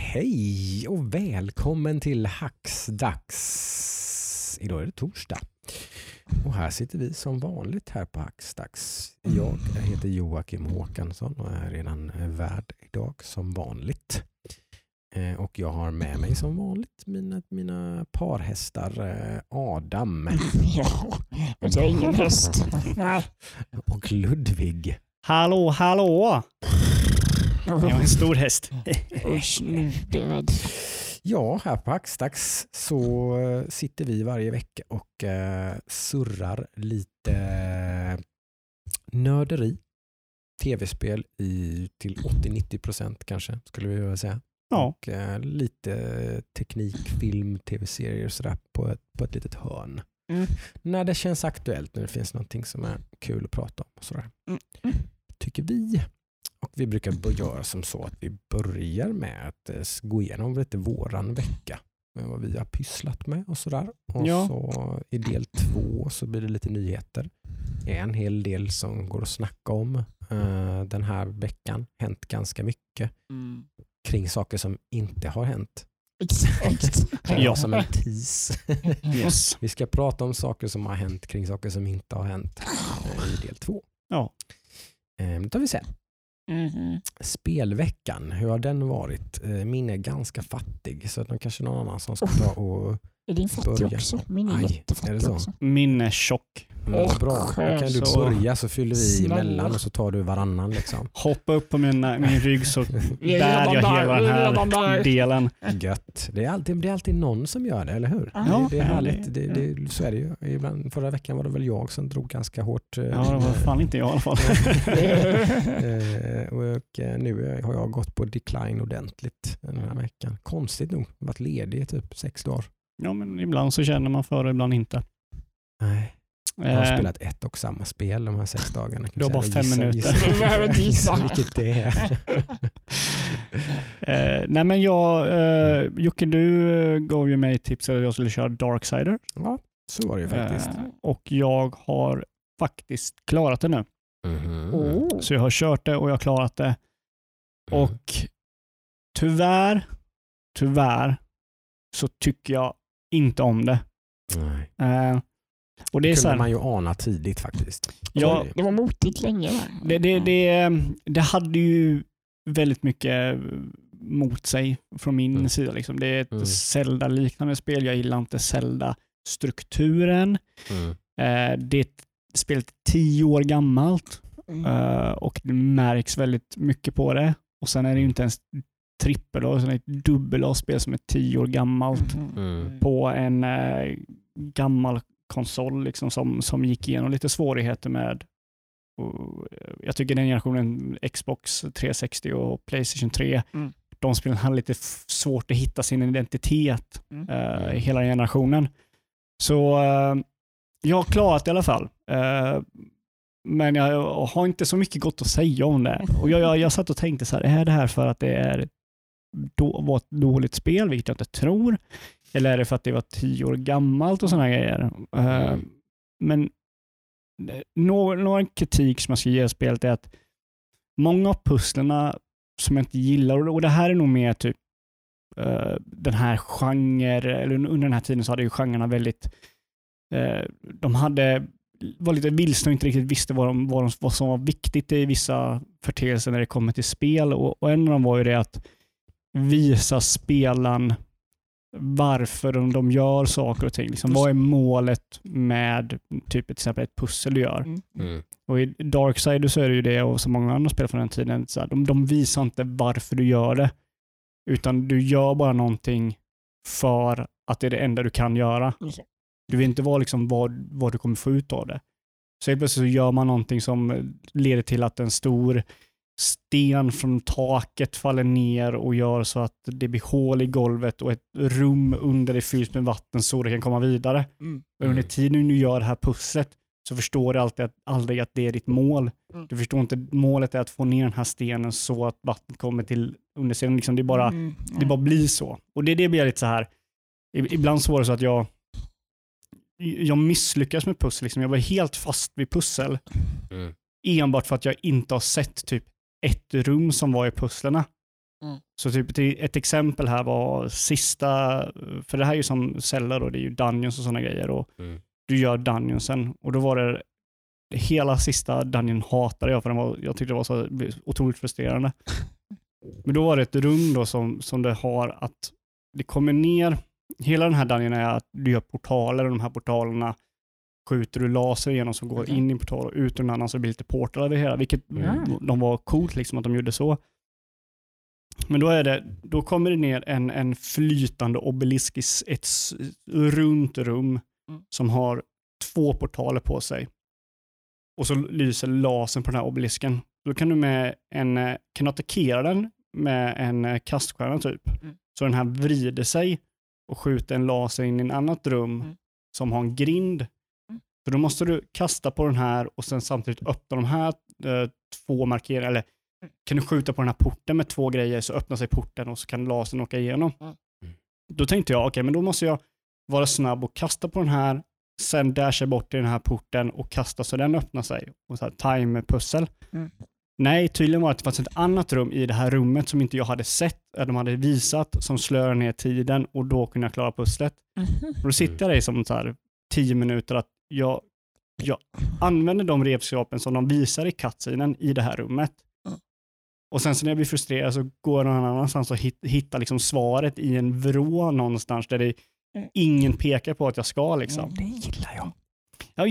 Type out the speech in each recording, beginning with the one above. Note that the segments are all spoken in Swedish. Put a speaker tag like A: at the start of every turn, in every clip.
A: Hej och välkommen till Hacksdags. Idag är det torsdag. Och här sitter vi som vanligt här på Hacksdags. Jag heter Joakim Håkansson och är redan värd idag som vanligt. Och jag har med mig som vanligt mina parhästar Adam.
B: Ja, men jag är ingen häst.
A: Och Ludvig.
C: Hallå, hallå! Jag är en stor häst.
B: Usch, nu blir jag rädd.
A: Ja, här på Hacksdags så sitter vi varje vecka och surrar lite nörderi. Tv-spel till 80-90% kanske, skulle vi vilja säga.
C: Ja.
A: Och lite teknik, film, tv-serier och sådär på ett litet hörn. När det känns aktuellt, när det finns någonting som är kul att prata om och sådär. Tycker vi. Och vi brukar göra som så att vi börjar med att gå igenom lite våran vecka. Vad vi har pysslat med och sådär. Och så i del 2 så blir det lite nyheter. En hel del som går att snacka om den här veckan. Hänt ganska mycket kring saker som inte har hänt.
B: Exakt.
A: Ja, som en tease.
C: Yes.
A: Vi ska prata om saker som har hänt kring saker som inte har hänt i del 2.
C: Ja.
A: Det tar vi sen. Spelveckan, hur har den varit? Min är ganska fattig så att kanske någon annan som ska ta och
B: är din fattig
A: börja.
B: också? Min är jättefattig
A: är det så?
B: också.
C: Min är tjock.
A: Bra, då kan du
C: så.
A: börja så fyller vi
B: Snälla.
A: emellan och så tar du varannan liksom.
C: Hoppa upp på min rygg så
B: Vi är
C: bär jag
B: redan
C: hela
B: där,
C: den här delen.
A: Gött. Det är alltid någon som gör det, eller hur?
C: Ja,
A: det är härligt.
C: det-
A: Så är det ju. Ibland, förra veckan var det väl jag som drog ganska hårt.
C: Ja, det var fan inte jag i alla fall.
A: Och nu har jag gått på decline ordentligt den här veckan. Konstigt nog. Varit ledig i typ 6 dagar.
C: Ja, men ibland så känner man för det, ibland inte.
A: Nej. Jag har spelat ett och samma spel de här 6 dagarna.
C: Du har bara 5 minuter.
B: Du behöver inte gissa.
A: Vilket det är.
C: Nej, men Jocke, du gav ju mig tips att jag skulle köra Darksider.
A: Ja, så var det ju faktiskt.
C: Och jag har faktiskt klarat det nu. Så jag har kört det och jag har klarat det. Och tyvärr så tycker jag inte om det.
A: Nej.
C: Och det är så
A: kunde
C: här,
A: man ju ana tidigt faktiskt.
C: ja,
B: Det var motigt länge.
C: det hade ju väldigt mycket mot sig från min sida. Liksom. Det är ett Zelda-liknande spel. Jag gillar inte Zelda-strukturen. Det är ett spel 10 år gammalt och det märks väldigt mycket på det. Och sen är det ju inte ens trippel och ett dubbel-A-spel som är 10 år gammalt på en gammal konsol liksom, som gick igenom lite svårigheter med. Och jag tycker den generationen Xbox 360 och PlayStation 3 de spelen hade lite svårt att hitta sin identitet i hela generationen. Så jag har klarat det i alla fall. Men jag har inte så mycket gott att säga om det. Och jag satt och tänkte så här, är det här för att det var ett dåligt spel, vilket jag inte tror? Eller är det för att det var 10 år gammalt och sådana grejer? Men någon kritik som jag ska ge spelet är att många av pusslerna som jag inte gillar, och det här är nog mer typ den här eller under den här tiden så hade ju genrerna väldigt de var lite vilsna och inte riktigt visste vad som var viktigt i vissa förteelser när det kommer till spel, och en av dem var ju det att visa spelaren varför de gör saker och ting. Liksom, vad är målet med typ till exempel ett pussel du gör? Och i Darksider så är det ju det, och så många andra spel från den tiden, så här, de visar inte varför du gör det, utan du gör bara någonting för att det är det enda du kan göra. Du vet inte vad du kommer få ut av det. Så helt plötsligt så gör man någonting som leder till att en stor sten från taket faller ner och gör så att det blir hål i golvet och ett rum under det fylls med vatten så det kan komma vidare. Och under tiden du gör det här pusslet så förstår du aldrig att det är ditt mål. Du förstår inte målet är att få ner den här stenen så att vattnet kommer till undersidan. Liksom det bara blir så. Och det blir lite så här. Ibland så var det så att jag misslyckas med pussel. Liksom. Jag var helt fast vid pussel. Enbart för att jag inte har sett typ ett rum som var i pusslerna. Så typ ett exempel här var sista, för det här är ju som Zelda då, det är ju dungeons och sådana grejer och du gör dungeonsen och då var det hela sista dungeon hatade jag för jag tyckte det var så otroligt frustrerande. Men då var det ett rum då som det har att det kommer ner, hela den här dungeon är att du gör portaler och de här portalerna skjuter du laser igenom som går in i portal och ut ur en annan så det blir lite portal över hela, vilket de var coolt liksom att de gjorde så. Men då kommer det ner en flytande obelisk i ett runt rum som har 2 portaler på sig. Och så lyser lasern på den här obelisken. Då kan du kan attackera den med en kaststjärna typ. Så den här vrider sig och skjuter en laser in i en annat rum som har en grind. Så då måste du kasta på den här och sen samtidigt öppna de här 2 markeringar. Eller kan du skjuta på den här porten med 2 grejer så öppnar sig porten och så kan lasern åka igenom. Då tänkte jag, okej, men då måste jag vara snabb och kasta på den här. Sen dasha bort i den här porten och kasta så den öppnar sig. Och så här time-pussel. Nej, tydligen var det fanns ett annat rum i det här rummet som inte jag hade sett. De hade visat som slör ner tiden och då kunde jag klara pusslet. Och då sitter jag där i som så här 10 minuter att jag använder de redskapen som de visar i cutscenen i det här rummet. Och sen så när jag blir frustrerad så går jag någon annanstans och hittar liksom svaret i en vrå någonstans där det ingen pekar på att jag ska liksom.
A: Det gillar jag.
C: Ja,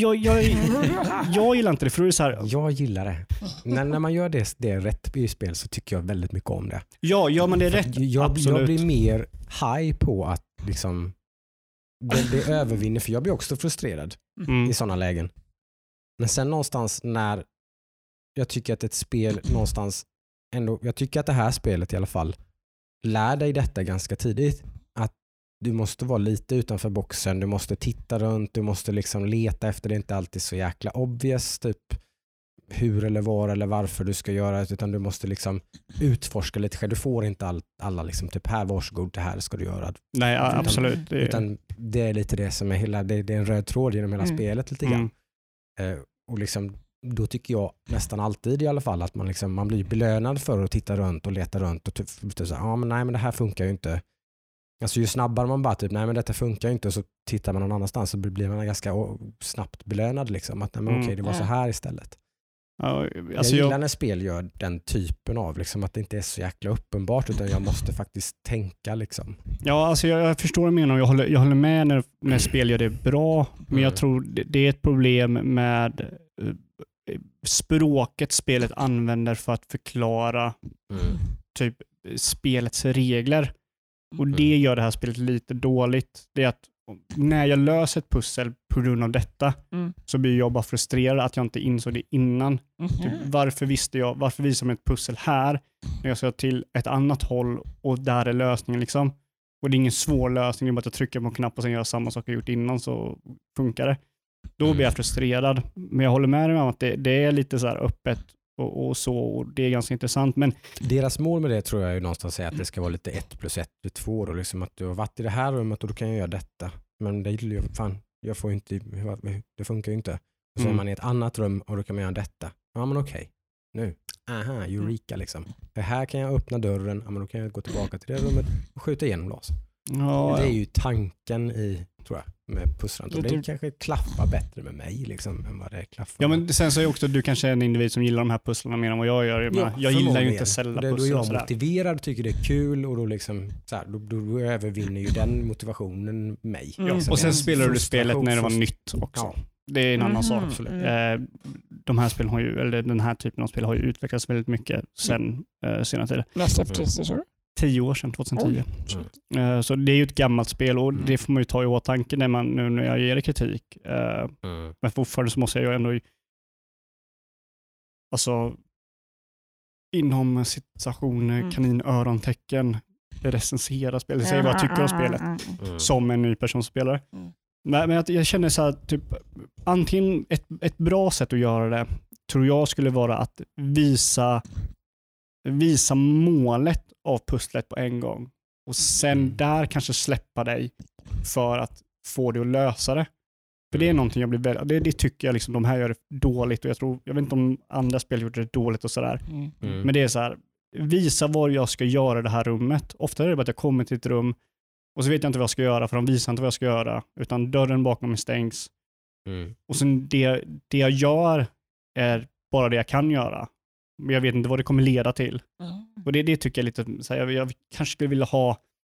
C: jag gillar inte det för det är så här.
A: Jag gillar det. När man gör det rätt i spel så tycker jag väldigt mycket om det.
C: Ja, men det är rätt.
A: Jag blir mer high på att liksom det övervinner, för jag blir också frustrerad i sådana lägen. Men sen någonstans när jag tycker att ett spel någonstans ändå, jag tycker att det här spelet i alla fall lär dig detta ganska tidigt, att du måste vara lite utanför boxen, du måste titta runt, du måste liksom leta efter det, inte alltid så jäkla obvious typ hur eller var eller varför du ska göra det, utan du måste liksom utforska lite själv. Du får inte alla liksom typ här, varsågod, det här ska du göra.
C: Nej, absolut.
A: Utan det är lite det som är hela, det är en röd tråd genom hela spelet lite grann. Och liksom då tycker jag nästan alltid i alla fall att man blir belönad för att titta runt och leta runt och typ så men det här funkar ju inte. Alltså ju snabbare man bara typ, nej men detta funkar ju inte, och så tittar man någon annanstans så blir man ganska snabbt belönad liksom, att okej, det var så här istället.
C: Ja,
A: jag gillar när spel gör den typen av liksom, att det inte är så jäkla uppenbart utan jag måste faktiskt tänka liksom.
C: Ja, alltså jag förstår vad du menar och jag håller med när spel gör det bra, men jag tror det är ett problem med språket spelet använder för att förklara typ spelets regler. Och det gör det här spelet lite dåligt. Det är att när jag löser ett pussel på grund av detta så blir jag bara frustrerad att jag inte insåg det innan. Typ, varför visar man ett pussel här när jag ska till ett annat håll och där är lösningen liksom. Och det är ingen svår lösning, det är bara att jag trycker på en knapp och sen gör samma sak jag gjort innan så funkar det. Då blir jag frustrerad. Men jag håller med dig om att det är lite så här öppet och så, och det är ganska intressant. Men
A: deras mål med det tror jag är någonstans att det ska vara lite 1 + 1 = 2 då, liksom att du har varit i det här rummet och då kan jag göra detta. Men det jag får inte, det funkar ju inte. Och så är man i ett annat rum och då kan man göra detta. Ja men okej. Nu. Aha, eureka liksom. Det här kan jag öppna dörren, ja men då kan jag gå tillbaka till det rummet och skjuta igenom laser.
C: Ja,
A: det är ju tanken i, tror jag, med pusslandet. Det kanske klaffar bättre med mig liksom än vad det klaffar.
C: Ja, men sen så är också du kanske en individ som gillar de här pusslarna mer än vad jag gör. Jag gillar ju inte Zelda-pusslar.
A: Då är jag motiverad, tycker det är kul och då liksom så här, då övervinner ju den motivationen mig.
C: Och sen spelar du spelet när det var nytt också. Ja. Det är en annan sak. Absolut. De här spelen har ju, eller den här typen av spel har ju utvecklats väldigt mycket sen senare tid.
B: Nästa efter
C: 10 år sedan, 2010. Så det är ju ett gammalt spel och det får man ju ta i åtanke när jag ger kritik. Men fortfarande så måste jag ju ändå alltså inom situationer kaninörontecken recensera spelet. Jag säger vad jag tycker om spelet som en ny personspelare. Men jag känner så här, typ antingen ett bra sätt att göra det tror jag skulle vara att visa målet av pusslet på en gång och sen där kanske släppa dig för att få dig att lösa det. För det är någonting jag blir väldigt, det tycker jag liksom de här gör det dåligt och jag vet inte om andra spel gjorde det dåligt och sådär. Men det är så här, visa vad jag ska göra i det här rummet. Ofta är det bara att jag kommer till ett rum och så vet jag inte vad jag ska göra för de visar inte vad jag ska göra utan dörren bakom mig stängs. Och sen det jag gör är bara det jag kan göra. Men jag vet inte vad det kommer leda till. Och det tycker jag lite så här, jag kanske skulle vilja ha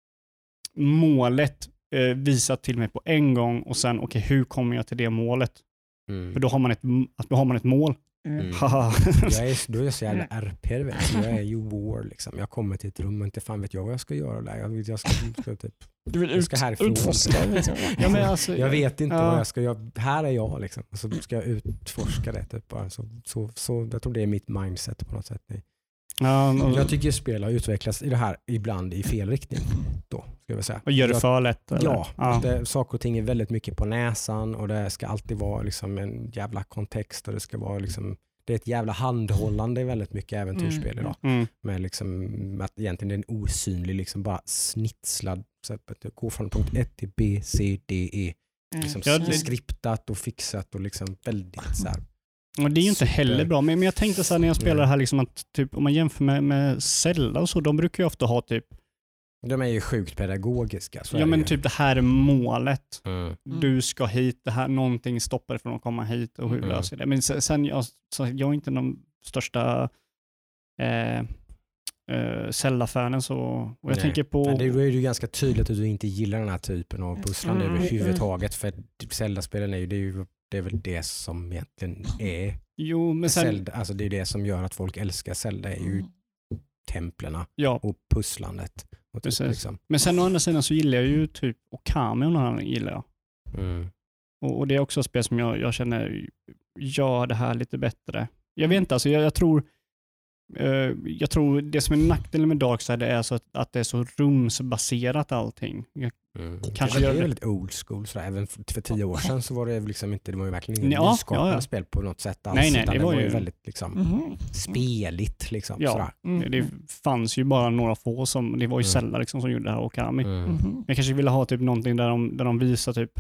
C: målet visat till mig på en gång och sen hur kommer jag till det målet? För då har man ett mål.
A: Då är jag så jävla RP, vet du. Jag är ju war liksom. Jag kommer till ett rum och inte fan vet jag vad jag ska göra där. Jag ska typ jag ska härifrån.
C: Ja, men alltså,
A: jag vet inte vad jag ska göra. Här är jag liksom. Och så ska jag utforska det typ bara. Så jag tror det är mitt mindset på något sätt. Jag tycker spel har utvecklats i det här ibland i fel riktning då, ska jag säga. Och
C: gör det för lätt? Eller?
A: Ja. Saker och ting är väldigt mycket på näsan och det ska alltid vara liksom en jävla kontext och det ska vara liksom, det är ett jävla handhållande i väldigt mycket äventyrsspel idag. Med liksom att egentligen det är en osynlig liksom bara snitslad så att gå från punkt 1 till B, C, D, E liksom skriptat och fixat och liksom väldigt så här.
C: Och det är ju inte heller bra, men jag tänkte så här när jag spelar det här liksom att typ, om man jämför med Zelda och så, de brukar ju ofta ha typ
A: de är ju sjukt pedagogiska.
C: Så men typ det här är målet. Du ska hit, det här, någonting stoppar från att komma hit och hur löser det. Men sen jag är inte den största Zelda-fanen så, och jag tänker på...
A: Men det är ju ganska tydligt att du inte gillar den här typen av pusslande överhuvudtaget, för Zelda-spelen är det är väl det som egentligen är Zelda. Alltså det är det som gör att folk älskar Zelda är ju templerna och pusslandet. Och typ, liksom.
C: Men sen å andra sidan så gillar jag ju typ Okami och någon annan gillar jag. Och det är också ett spel som jag känner gör det här lite bättre. Jag vet inte, alltså jag tror det som är nackdelen med Darkside är så att det är så rumsbaserat allting.
A: Kanske det är väldigt old school så även för 10 år sedan så var det liksom inte, det var ju verkligen inget nyskapande spel på något sätt alls.
C: Nej, det var ju
A: väldigt liksom speligt liksom sådär.
C: Det fanns ju bara några få som det var ju Zelda liksom som gjorde det här Okami. Jag kanske ville ha typ någonting där de visar typ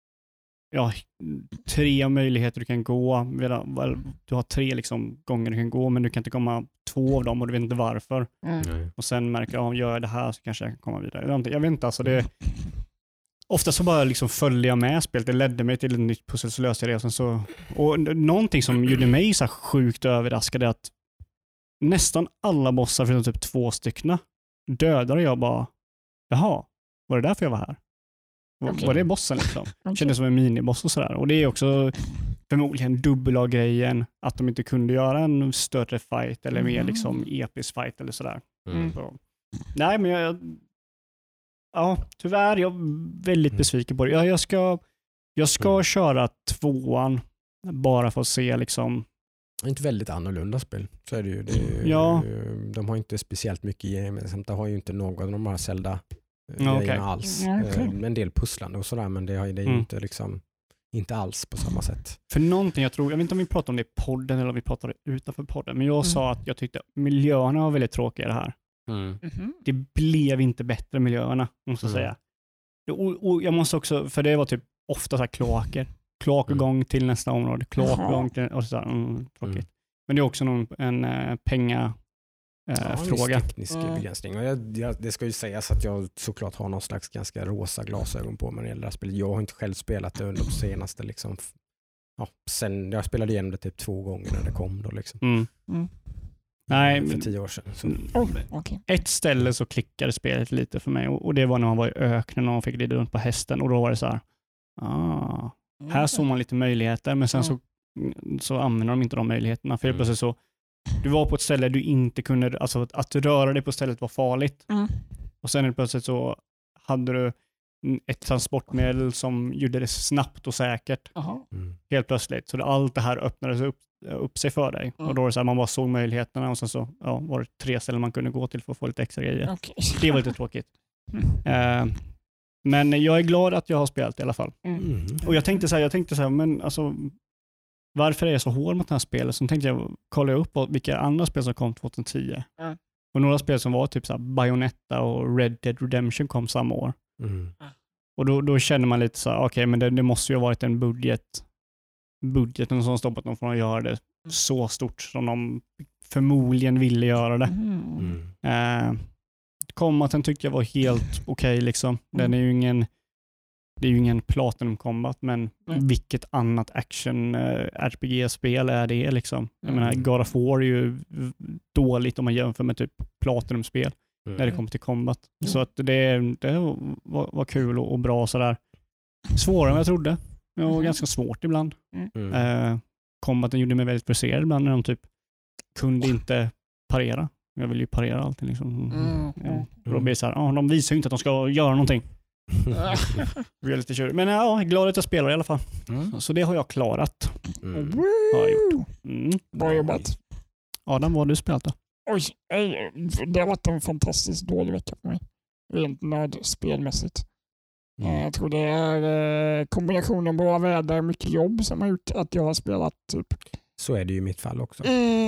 C: 3 möjligheter du kan gå. Du har 3 liksom gånger du kan gå men du kan inte komma 2 av dem och du vet inte varför. Och sen märker jag, gör jag det här så kanske jag kan komma vidare. Jag vet inte, alltså det ofta så bara liksom följde jag med spelet. Det ledde mig till ett nytt pussel så löste jag det. Och någonting som gjorde mig så sjukt överraskad är att nästan alla bossar förutom typ 2 stycken dödade jag bara, jaha, var det därför jag var här? Var det bossen liksom? Kändes som en miniboss och sådär. Och det är också förmodligen dubbel av grejen att de inte kunde göra en större fight eller mer liksom episk fight eller sådär. Så. Nej, men tyvärr jag är väldigt besviken på det. Jag ska köra 2:an bara för att se liksom.
A: Det är inte väldigt annorlunda spel. Så är det ju. De har inte speciellt mycket gemensamt. Det har ju inte någon av de här Zelda alls. En del pusslande och sådär, men det är ju inte liksom inte alls på samma sätt.
C: För någonting jag vet inte om vi pratade om det i podden eller om vi pratade utanför podden, men jag sa att jag tyckte miljöerna var väldigt tråkiga det här. Det blev inte bättre miljöerna, måste jag säga. Och jag måste också, för det var typ ofta så här kloakgång till nästa område, kloakgång till, och så här, tråkigt. Men det är också en penga fråga.
A: Teknisk begränsning. Och det ska ju sägas att jag såklart har någon slags ganska rosa glasögon på mig när det gäller det här spelet. Jag har inte själv spelat det under de senaste liksom, sen jag spelade igenom det typ 2 gånger när det kom då liksom. Nej, för 10 år sedan. Ett
C: ställe så klickade spelet lite för mig och det var när man var i öknen och man fick rida runt på hästen och då var det så här, här såg man lite möjligheter men sen så använder de inte de möjligheterna för plötsligt så du var på ett ställe du inte kunde, alltså att röra dig på stället var farligt. Och sen plötsligt så hade du ett transportmedel som gjorde det snabbt och säkert. Helt plötsligt. Så allt det här öppnades upp sig för dig. Och då var det så här, man bara såg möjligheterna och sen så var det 3 ställen man kunde gå till för att få lite extra grejer. Det var lite tråkigt. Men jag är glad att jag har spelat i alla fall. Och jag tänkte så här, men alltså varför är jag så hård mot det här spelet? Så tänkte jag kolla upp vilka andra spel som kom 2010. Och några spel som var typ så här Bayonetta och Red Dead Redemption kom samma år. Och då känner man lite så här, okej, men det måste ju ha varit en budgeten som stoppat dem från att göra det så stort som de förmodligen ville göra det.
B: Mm.
C: Combaten tyckte jag var helt okej. Liksom. Den är ju ingen Platinum Combat, men vilket annat action RPG-spel är det liksom? Jag menar, God of War är ju dåligt om man jämför med typ Platinum-spel när det kommer till combat. Så att det var kul och bra sådär. Svårare än jag trodde. Det var ganska svårt ibland. Combaten gjorde mig väldigt frustrerad ibland när de typ kunde inte parera. Jag vill ju parera allting liksom. Då blir det så här, de visar ju inte att de ska göra någonting. Vi är lite kör. Men ja, glad att jag spelar i alla fall. Så det har jag klarat. Har jag gjort.
B: Bra jobbat.
C: Adam, vad har du spelat då?
B: Oj, det har varit en fantastiskt dålig vecka för mig. Rent nördspelmässigt. Jag tror det är kombinationen bra väder och mycket jobb som har gjort att jag har spelat typ...
A: Så är det ju i mitt fall också.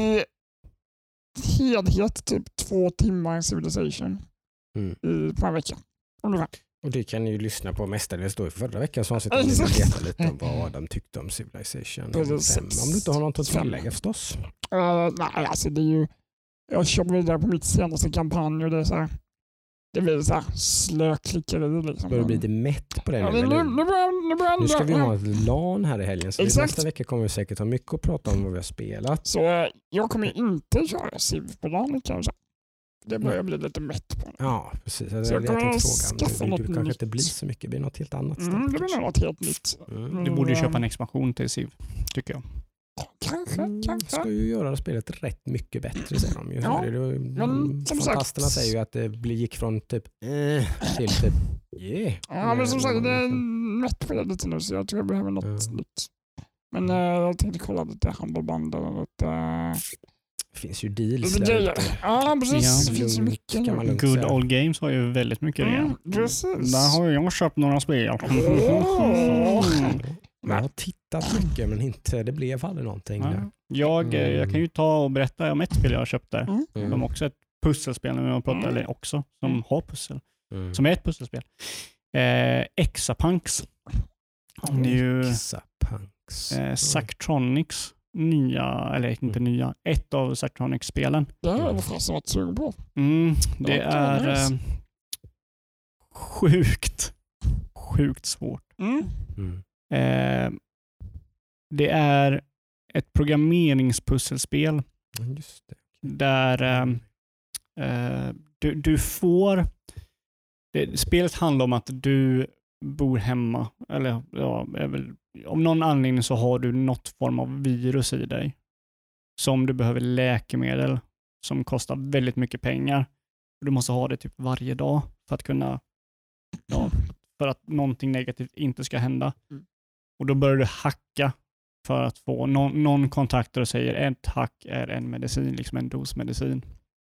B: Helhet typ 2 timmar Civilization på en vecka.
A: Och det kan ni ju lyssna på mestadels då i förra veckan så har ni veta lite om vad de tyckte om Civilization 5. Om du inte har något att tillägga förstås.
B: Nej, alltså det är ju... Jag kör vidare på mitt senaste kampanj och det är så här... Det blir så här slöklickare liksom.
A: Börjar du bli lite mätt på det nu? Nu ska vi ha ett LAN här i helgen. Så nästa vecka kommer vi säkert ha mycket att prata om vad vi har spelat.
B: Så jag kommer inte köra Civ på LAN kanske. Det börjar bli lite mätt på.
A: Ja, precis.
B: Så jag
A: tänkte fråga. Du kanske inte blir så mycket. Det blir något helt annat.
B: Det blir något helt nytt.
C: Du borde ju köpa en expansion till Civ, tycker jag.
B: Kanske.
A: Ska ju göra spelet rätt mycket bättre, säger de ju. Fantasterna säger ju att det gick från typ till typ
B: Ja, men som sagt, det är mätt på det lite nu, så jag tror jag behöver något nytt. Men jag tänkte kolla lite Humbleband och lite...
A: Det finns ju deals där ute.
B: Ja, precis. Det finns mycket.
C: Good Old Games har ju väldigt mycket det.
B: Precis.
C: Där har jag köpt några spel.
A: Jag har tittat mycket men inte, det blev aldrig någonting.
C: Jag kan ju ta och berätta om ett spel jag köpte. Som också är ett pusselspel när jag pratar, eller också, som har pussel. Som är ett pusselspel. Exapunks. Det är ju Zachtronics nya, eller inte nya, ett av Zachtronics-spelen.
B: Det är det fast varit sugen på.
C: Det är sjukt svårt. Det är ett programmeringspusselspel.
A: Just det.
C: Där du får... Spelet handlar om att du bor hemma. Eller om någon anledning så har du något form av virus i dig. Som du behöver läkemedel. Som kostar väldigt mycket pengar. Du måste ha det typ varje dag för att kunna... för att någonting negativt inte ska hända. Och då börjar du hacka för att få någon kontakter och säger ett hack är en medicin, liksom en dos medicin.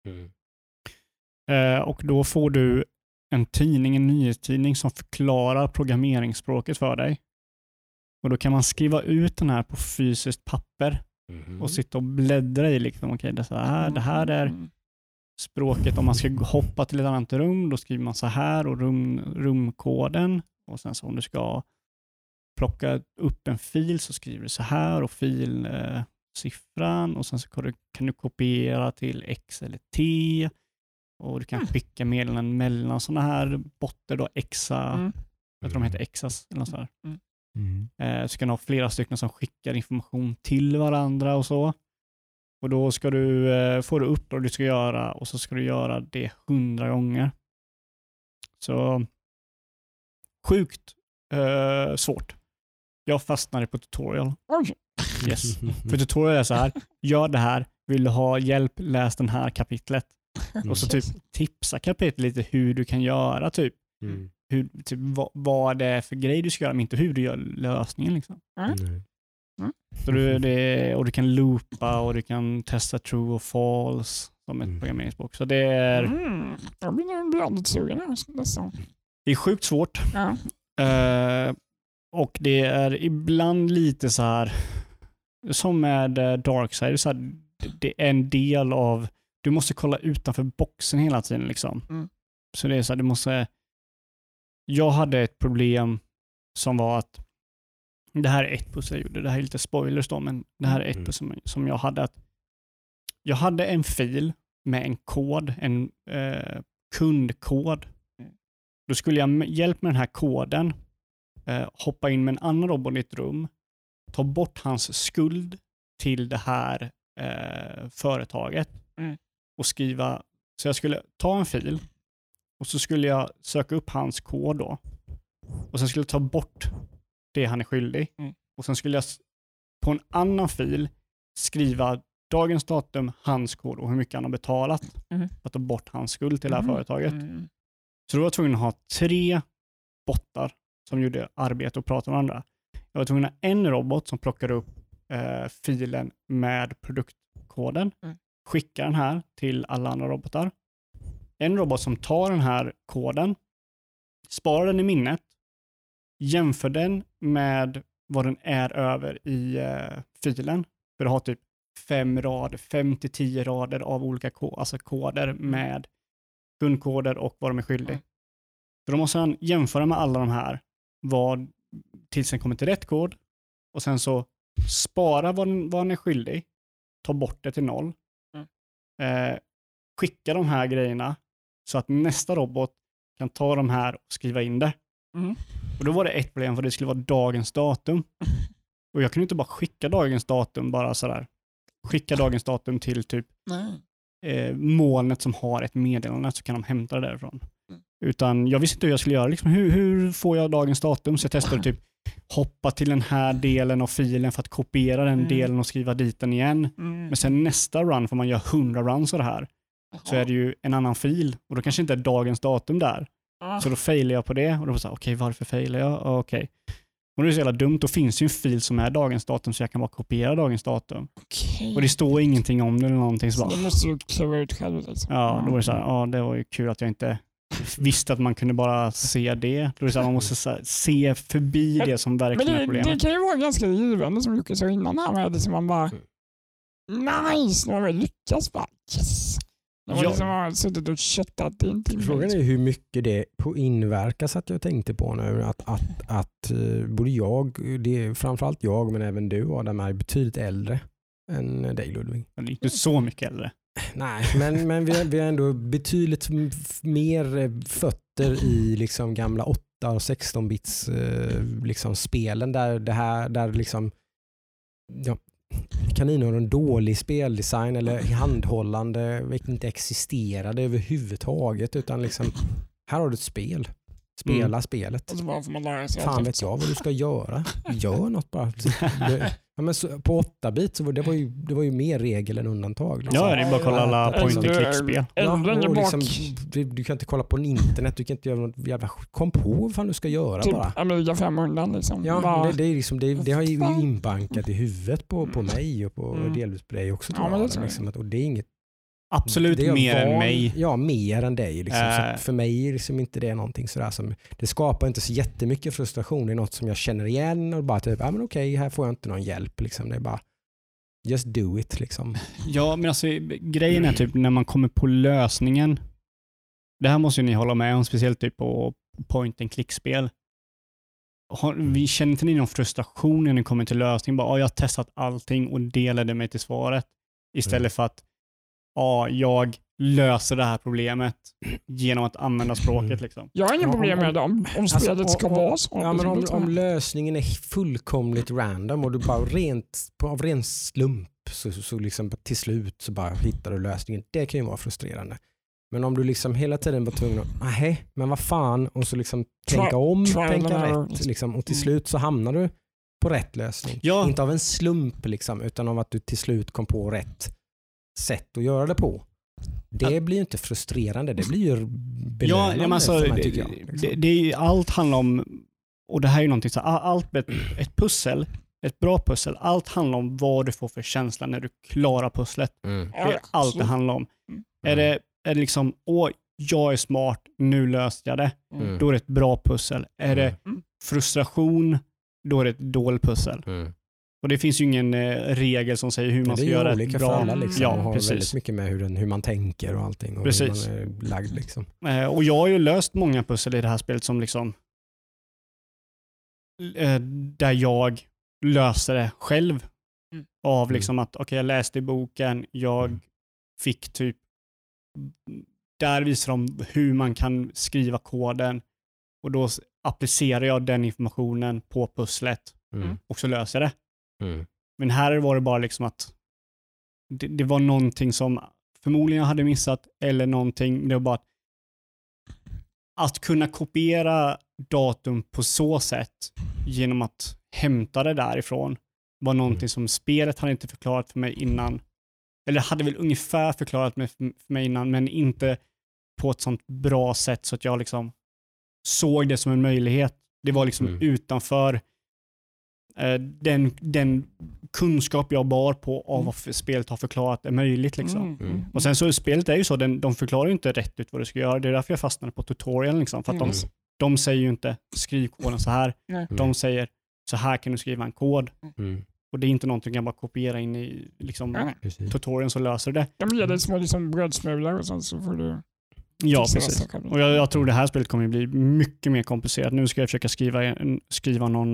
C: Och då får du en nyhetstidning som förklarar programmeringsspråket för dig. Och då kan man skriva ut den här på fysiskt papper och sitta och bläddra i liksom, okej, det här är språket. Om man ska hoppa till ett annat rum, då skriver man så här och rumkoden. Och sen så om du ska plocka upp en fil så skriver du så här och filsiffran och sen så kan du kopiera till X eller T och du kan skicka meddelanden mellan sådana här botter då, Exa, jag tror de heter Exas eller så här. Så kan du ha flera stycken som skickar information till varandra och så. Och då ska får du upp vad du ska göra och så ska du göra det 100 gånger. Så sjukt svårt. Jag fastnade på tutorial. Yes. För tutorial är så här. Gör det här. Vill du ha hjälp? Läs den här kapitlet. Och så typ tipsa kapitlet lite hur du kan göra typ. Typ vad det är för grej du ska göra, men inte hur du gör lösningen liksom. Så och du kan loopa och du kan testa true och false som ett programmeringsspråk. Så det är...
B: Jag blir lite sugen nästan.
C: Det är sjukt svårt. Och det är ibland lite så här som med Darkside, så här, det är en del av, du måste kolla utanför boxen hela tiden liksom. Så det är så här, jag hade ett problem som var att det här är ett pussel jag gjorde, det här är lite spoilers då, men det här är ett pussel som jag hade, att Jag hade en fil med en kod, en kundkod. Då skulle jag med hjälp med den här koden hoppa in med en annan robot i ett rum, ta bort hans skuld till det här företaget och skriva. Så jag skulle ta en fil och så skulle jag söka upp hans kod då. Och sen skulle jag ta bort det han är skyldig. Och sen skulle jag på en annan fil skriva dagens datum, hans kod och hur mycket han har betalat för att ta bort hans skuld till det här företaget. Så då var jag tvungen att ha 3 bottar som gjorde arbete och pratade med varandra. Jag var tvungen att ha en robot som plockade upp filen med produktkoden, skickar den här till alla andra robotar. En robot som tar den här koden, sparar den i minnet, jämför den med vad den är över i filen. För det har typ 5-10 rader av olika koder med kundkoder och vad de är skyldiga. Så då måste han jämföra med alla de här tills den kommer till rätt kod och sen så spara vad han är skyldig, ta bort det till 0. Skicka de här grejerna så att nästa robot kan ta de här och skriva in det. Och då var det ett problem, för det skulle vara dagens datum. Och jag kunde inte bara skicka dagens datum bara sådär. Skicka dagens datum till typ molnet som har ett meddelande, så kan de hämta det därifrån. Utan jag visste inte hur jag skulle göra. Liksom, hur får jag dagens datum? Så jag testade typ hoppa till den här delen av filen för att kopiera den delen och skriva dit den igen. Men sen nästa run får man göra 100 runs av det här. Så är det ju en annan fil och då kanske inte är dagens datum där. Så då failar jag på det och då var så här, okej, varför failar jag? Okej. Och det är så jävla dumt, då finns det ju en fil som är dagens datum så jag kan bara kopiera dagens datum. Och det står ingenting om det eller någonting. Så
B: det måste du klara ut själv. Liksom.
C: Ja, då var det så här, det var ju kul att jag inte visste att man kunde bara se det. Då är det så här, man måste så här, se förbi det som verkligen är problemet.
B: Det kan ju vara ganska givande som Jocke sa innan här med det som man bara nice, nu har vi lyckats bara. Yes. Det var liksom har suttit och köttat in.
A: Frågan är hur mycket det inverkas, att jag tänkte på nu att både framförallt jag men även du Adam är betydligt äldre än dig Ludvig.
C: Men inte så mycket äldre.
A: Nej, men vi har ändå betydligt mer fötter i liksom gamla 8 och 16-bits liksom spelen där liksom Kanin har en dålig speldesign eller handhållande inte existerade överhuvudtaget, utan liksom här har du ett spel. Spela spelet. Fan vet jag vad du ska göra. Gör något bara. Men på 8-bit så det var ju mer regel än undantag. Liksom.
C: Ja, det är bara att kolla alla point-and-click-spel.
A: Liksom, du kan inte kolla på internet, du kan inte göra något jävla kom på vad fan du ska göra
B: typ
A: bara.
B: Amiga 500 liksom.
A: Ja, det är liksom, det har ju inbankat i huvudet på mig och på delvis på dig också. Och det är inget.
C: Absolut mer än mig.
A: Ja, mer än dig. Liksom. Så för mig är liksom inte det någonting sådär som, det skapar inte så jättemycket frustration. Det är något som jag känner igen och bara typ, men okej, här får jag inte någon hjälp. Liksom. Det är bara, just do it. Liksom.
C: Ja, men alltså grejen är typ när man kommer på lösningen. Det här måste ju ni hålla med om, speciellt typ på point-and-click-spel. Vi känner inte ni någon frustration när ni kommer till lösningen. Bara, jag har testat allting och delade mig till svaret. Istället för att jag löser det här problemet genom att använda språket. Liksom.
B: Jag har inga problem med dem om spelet ska vara så.
A: Ja, men om lösningen är fullkomligt random och du bara av ren slump så liksom till slut så bara hittar du lösningen. Det kan ju vara frustrerande. Men om du liksom hela tiden var tvungen att men vad fan, och så liksom tänka rätt liksom, och till slut så hamnar du på rätt lösning. Ja. Inte av en slump liksom, utan av att du till slut kom på rätt sätt att göra det på. Det blir ju inte frustrerande, det blir ju belönande för mig, tycker jag. Liksom.
C: Det är ju, allt handlar om, och det här är ju någonting så allt ett pussel, ett bra pussel, allt handlar om vad du får för känsla när du klarar pusslet. Det är allt det handlar om. Är det liksom, jag är smart, nu löste jag det. Då är det ett bra pussel. Är det frustration, då är det ett dåligt pussel. Och det finns ju ingen regel som säger hur man ska göra
A: det. Det är olika för alla liksom. Ja, och har väldigt mycket med hur man tänker och allting. Och
C: precis.
A: Hur man är lagd liksom.
C: Och jag har ju löst många pussel i det här spelet som liksom där jag löser det själv. Av liksom att jag läste i boken, jag fick typ, där visar de hur man kan skriva koden och då applicerar jag den informationen på pusslet och så löser jag det. Men här var det bara liksom att det var någonting som förmodligen jag hade missat eller någonting. Det var bara att kunna kopiera datum på så sätt genom att hämta det därifrån var någonting som spelet hade inte förklarat för mig innan. Eller hade väl ungefär förklarat för mig innan, men inte på ett sånt bra sätt så att jag liksom såg det som en möjlighet. Det var liksom utanför den kunskap jag bar på av vad spelet har förklarat är möjligt. Liksom. Och sen så spelet är ju så, de förklarar ju inte rätt ut vad du ska göra. Det är därför jag fastnade på tutorial. Liksom, för att de säger ju inte skriv koden så här. De säger så här kan du skriva en kod. Och det är inte någonting jag bara kopiera in i liksom, tutorialen så löser det.
B: De ger dig små liksom, brödsmulor och sånt så får du...
C: Ja, precis. Och jag tror det här spelet kommer bli mycket mer komplicerat. Nu ska jag försöka skriva någon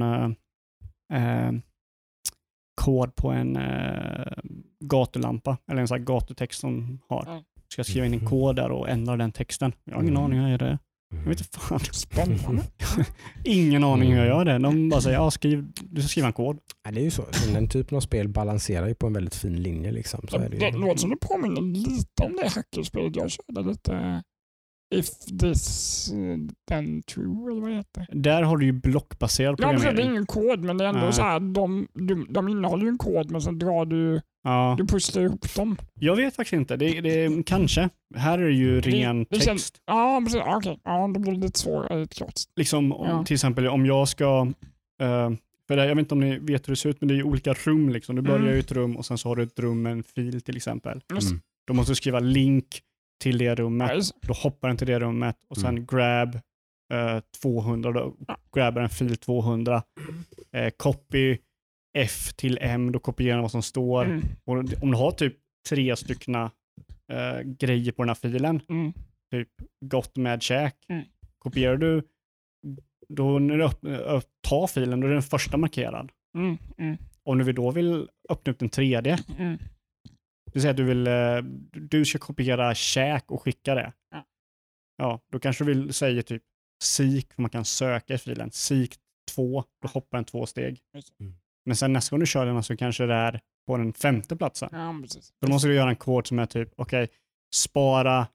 C: kod på en gatulampa eller en sån här gatutext som har. Ska jag skriva in en kod där och ändra den texten? Jag har ingen aning hur jag gör det. Jag vet inte fan.
B: Spännande.
C: Ingen aning hur jag gör det. De bara säger, du ska skriva en kod.
A: Ja, det är ju så. Den typen av spel balanserar ju på en väldigt fin linje. Liksom. Så är det
B: låter som det påminner lite om det hackerspelet jag körde lite. If this then true, eller vad det heter.
C: Där har du ju blockbaserad programmering.
B: Ja, det är ingen kod, men det är ändå så här, de innehåller ju en kod, men sen drar du pusslar ihop dem. Jag
C: vet faktiskt inte. Det kanske. Här är det ju ren text.
B: Ja, precis. Okej. Ja, det blir lite svårare, klart.
C: Liksom, till exempel om jag ska... för jag vet inte om ni vet hur det ser ut, men det är ju olika rum. Liksom. Du börjar i ett rum och sen så har du ett rum med en fil till exempel. Då måste du skriva link till det rummet. Då hoppar den till det rummet och sen grab 200. Då grabbar en fil 200. Copy F till M. Då kopierar den vad som står. Och om du har typ 3 stycken grejer på den här filen. Typ gott med käk. Kopierar du då när du tar filen då är den första markerad. Om du då vill öppna upp den tredje. Du säger att du ska kopiera käk och skicka det. Ja, då kanske du vill säga typ seek, för man kan söka i filen. Seek 2, då hoppar den 2 steg. Men sen nästa gång du kör den så kanske det är på den 5:e platsen. Då måste du göra en kod som är typ, spara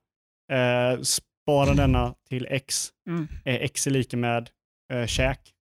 C: denna till X. X är lika med käk.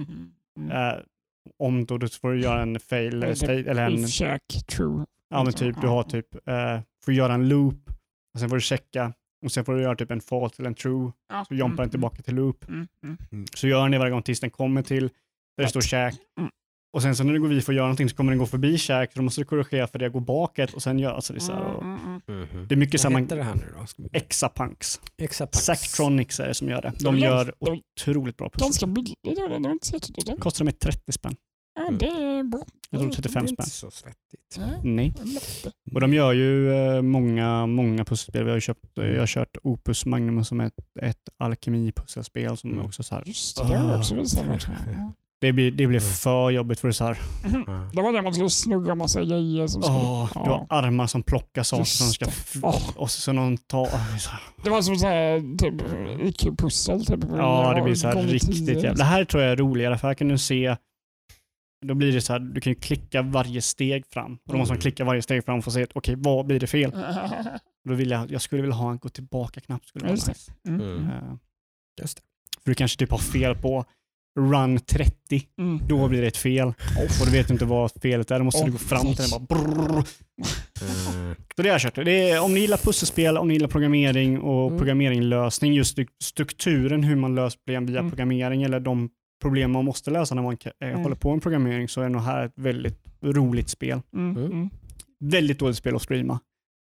C: Om då du får göra en fail eller en
B: käk true.
C: Ja, men typ du har typ får göra en loop och sen får du checka och sen får du göra typ en false eller en true. Så jumpar den tillbaka till loop. Så gör den det varje gång tills den kommer till där det står käk. Och sen så när du går vid för att göra någonting så kommer den gå förbi käk, så då måste du korrigera för det går bakåt och sen göra så det så här. Det är mycket samma.
A: Det här nu då?
C: Exapunks. Zachtronics är det som gör det. De gör otroligt bra.
B: Ganska billigt. Det
C: kostar de 30 spänn.
B: Ja, det är bra.
C: Jag tror 35 spänn.
A: Det är inte så svettigt.
C: Nej. Och de gör ju många pusselspel. Jag har kört Opus Magnum som är ett alkemi-pusselspel som också så här.
B: Just det, är också
C: det blir för jobbigt för det så här.
B: Det var det man skulle snurra massa grejer som skulle...
C: Du har armar som plockar saker som ska... Och så någon tar...
B: Det var som så här typ IQ-pussel. Typ,
C: det blir så här riktigt jävla... Det här tror jag är roligare för här kan du se... Då blir det så här, du kan ju klicka varje steg fram. Och då måste man klicka varje steg fram för att se, okej, vad blir det fel? Då vill jag skulle vilja ha en gå tillbaka-knapp.
A: Just det.
C: Just det. För du kanske typ har fel på run 30. Då blir det ett fel. Och du vet inte vad felet är. Då måste du gå fram till den bara... Så det har jag kört. Det är, om ni gillar pusselspel, om ni gillar programmering och programmeringslösning, just strukturen, hur man löser problem via programmering eller de problem man måste lösa när man håller på med programmering, så är nog här ett väldigt roligt spel. Väldigt dåligt spel att streama.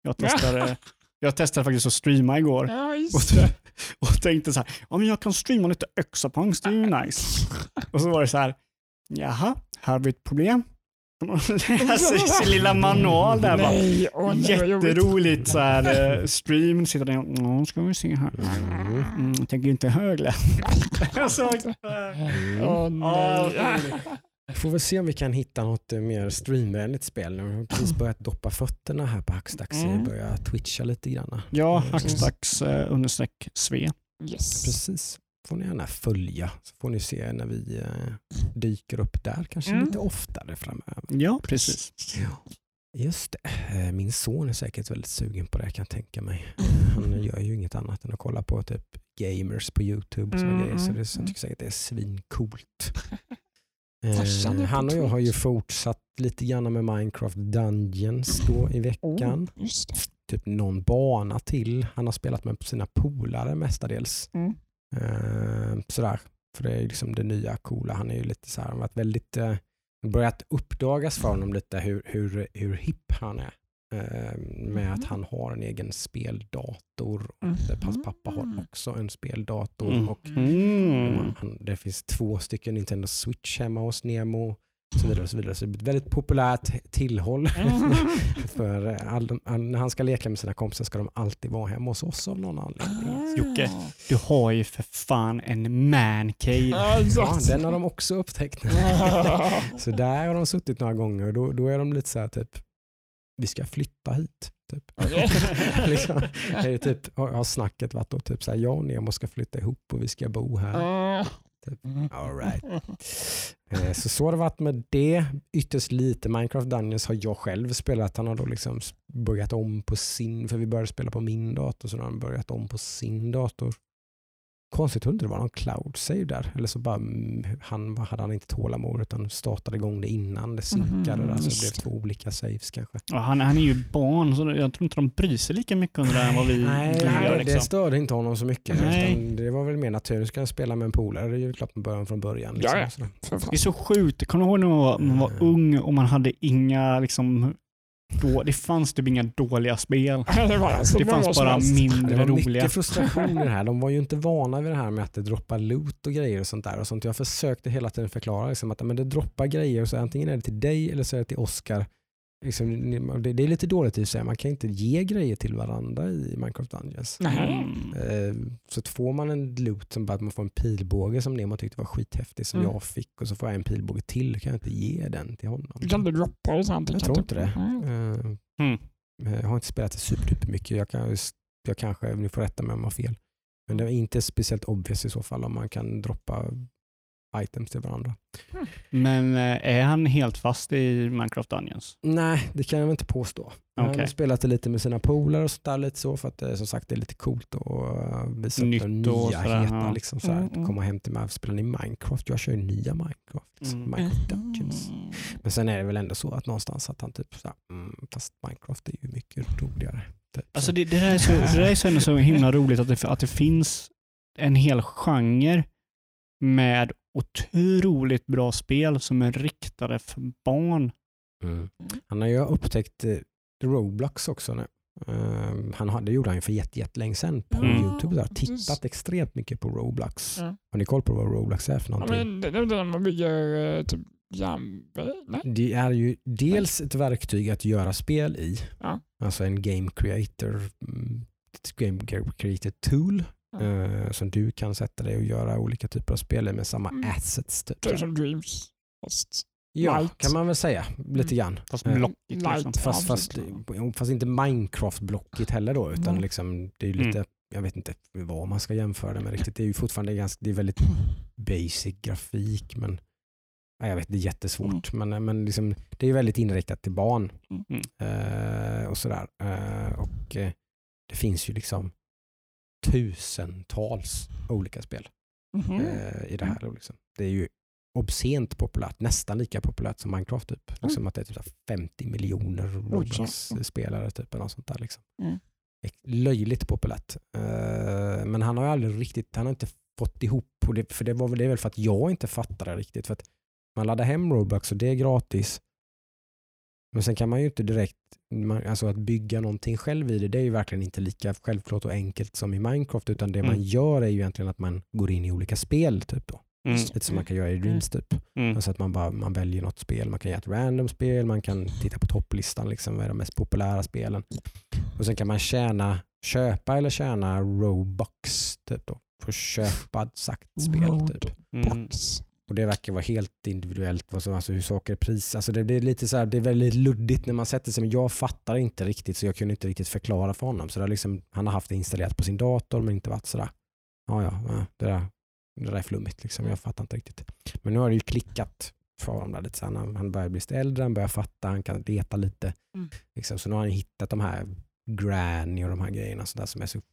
C: Jag testade faktiskt att streama igår. Och tänkte så här, men jag kan streama lite Exapunks, det är ju nice. Och så var det så här, jaha, här har vi ett problem. Läser sin lilla manual där bara. Jätteroligt så här stream, sitter där, ska vi se här. Jag tänker inte högre.
A: Jag får väl se om vi kan hitta något mer streamvänligt spel. Nu har vi precis börjat doppa fötterna här på Hackstacks. Börja twitcha lite grann.
C: Ja, Hackstacks_sve.
B: Yes.
A: Precis. Får ni gärna följa. Så får ni se när vi dyker upp där. Kanske lite oftare framöver.
C: Ja, precis.
A: Ja. Just det. Min son är säkert väldigt sugen på det, kan jag tänka mig. Han gör ju inget annat än att kolla på typ gamers på YouTube och såna grejer. Så jag tycker säkert det är svincoolt. Han och jag har ju fortsatt lite grann med Minecraft Dungeons då i veckan. Typ någon bana till. Han har spelat med sina polare mestadels. Sådär. För det är liksom det nya coola. Han är ju lite så här, han har varit väldigt börjat uppdagas för honom lite hur hipp han är. Med att han har en egen speldator och hans pappa har också en speldator och det finns 2 stycken Nintendo Switch hemma hos Nemo och så vidare och så vidare. Så det är ett väldigt populärt tillhåll för när han ska leka med sina kompisar ska de alltid vara hemma hos oss av någon anledning.
C: Jocke, du har ju för fan en mancave.
A: Ja, den har de också upptäckt. Så där har de suttit några gånger och då är de lite så här typ vi ska flytta hit. Typ. Liksom, är det typ, har snacket varit då typ så här, jag och Nemo ska flytta ihop och vi ska bo här. Typ. All right. Så har det varit med det. Ytterst lite Minecraft Dungeons har jag själv spelat. Han har då liksom börjat om på sin, för vi började spela på min dator så har han börjat om på sin dator. Konstigt hund det var någon cloud save där. Eller så bara hade han inte tålamod utan startade igång det innan det synkade där, så det blev 2 olika saves kanske.
C: Ja, han är ju barn så jag tror inte de bryr sig lika mycket under det än vad vi
A: gör.
C: Liksom.
A: Det störde inte honom så mycket. Utan det var väl mer naturligt. Ska jag spela med en polare? Det är ju klart med från början. Liksom,
C: ja. Det är så sjukt. Kommer du ihåg när man var ung och man hade inga liksom det fanns typ inga dåliga spel. Det fanns bara mindre roliga. Det var mycket frustration i det här. De var ju inte vana vid det här med att det droppar loot och grejer och sånt där. Och sånt. Jag försökte hela tiden förklara liksom, att men det droppar grejer och så antingen är det till dig eller så är det till Oscar. Liksom, det är lite dåligt i sig. Man kan inte ge grejer till varandra i Minecraft Dungeons. Så får man en loot som bara att man får en pilbåge som Nemo tyckte var skithäftig som jag fick och så får jag en pilbåge till kan jag inte ge den till honom.
B: Du kan inte droppa det sånt.
A: Jag tror inte det. Jag har inte spelat det superduper mycket. Jag kanske, ni får rätta mig om jag har fel. Men det är inte speciellt obvious i så fall om man kan droppa items till varandra.
C: Men är han helt fast i Minecraft Dungeons?
A: Nej, det kan jag inte påstå. Han har spelat det lite med sina polare och sådär lite så för att som sagt det är lite coolt att visa upp nya heta liksom så här, komma hem till mig och spela i Minecraft. Jag kör ju nya Minecraft Dungeons. Men sen är det väl ändå så att någonstans att han typ så här, fast Minecraft är ju mycket roligare. Typ.
C: Alltså det där är så himla roligt att det finns en hel genre med otroligt bra spel som är riktade för barn.
A: Han har ju upptäckt Roblox också nu. Det gjorde han ju för jättelänge sedan på YouTube. Där tittat extremt mycket på Roblox. Har ni koll på vad Roblox är för någonting?
B: Ja, men det är man bygger typ järnväg.
A: Det är ju dels ett verktyg att göra spel i. Alltså en game creator tool. Som du kan sätta dig och göra olika typer av spel med samma assets. Typ.
B: Det är som Dreams.
A: Ja,
B: light.
A: Kan man väl säga. Lite grann.
C: Fast blockigt.
A: Liksom. Fast inte Minecraft-blockigt heller då. Utan liksom, det är lite, jag vet inte vad man ska jämföra det med riktigt. Det är ju fortfarande det är väldigt basic grafik. Men jag vet, det är jättesvårt. Men liksom, det är väldigt inriktat till barn. Och sådär. Och det finns ju liksom tusentals olika spel i det här. Liksom. Det är ju obscent populärt, nästan lika populärt som Minecraft typ. Liksom att det är typ 50 miljoner Roblox-spelare typ eller något sånt där liksom. Löjligt populärt. Men han har aldrig riktigt, han har inte fått ihop det, för det är väl för att jag inte fattar det riktigt, för att man laddar hem Roblox och det är gratis. Men sen kan man ju inte direkt, alltså att bygga någonting själv i det är ju verkligen inte lika självklart och enkelt som i Minecraft, utan det man gör är ju egentligen att man går in i olika spel typ då. Lite som man kan göra i Dreams typ. Alltså att man väljer något spel, man kan göra ett random spel, man kan titta på topplistan liksom, vad är de mest populära spelen. Och sen kan man köpa eller tjäna Robux typ då. För köpa ett sagt spel typ. Och det verkar vara helt individuellt alltså hur saker är pris. Alltså det är lite så här, det är väldigt luddigt när man sätter sig, men jag fattar inte riktigt, så jag kunde inte riktigt förklara för honom. Så det liksom, han har haft det installerat på sin dator men inte varit sådär. Det där är flummigt liksom. Jag fattar inte riktigt. Men nu har det ju klickat för honom där lite. Så han börjar bli lite äldre, han börjar fatta, han kan leta lite. Liksom. Så nu har han hittat de här Granny och de här grejerna så där, som är så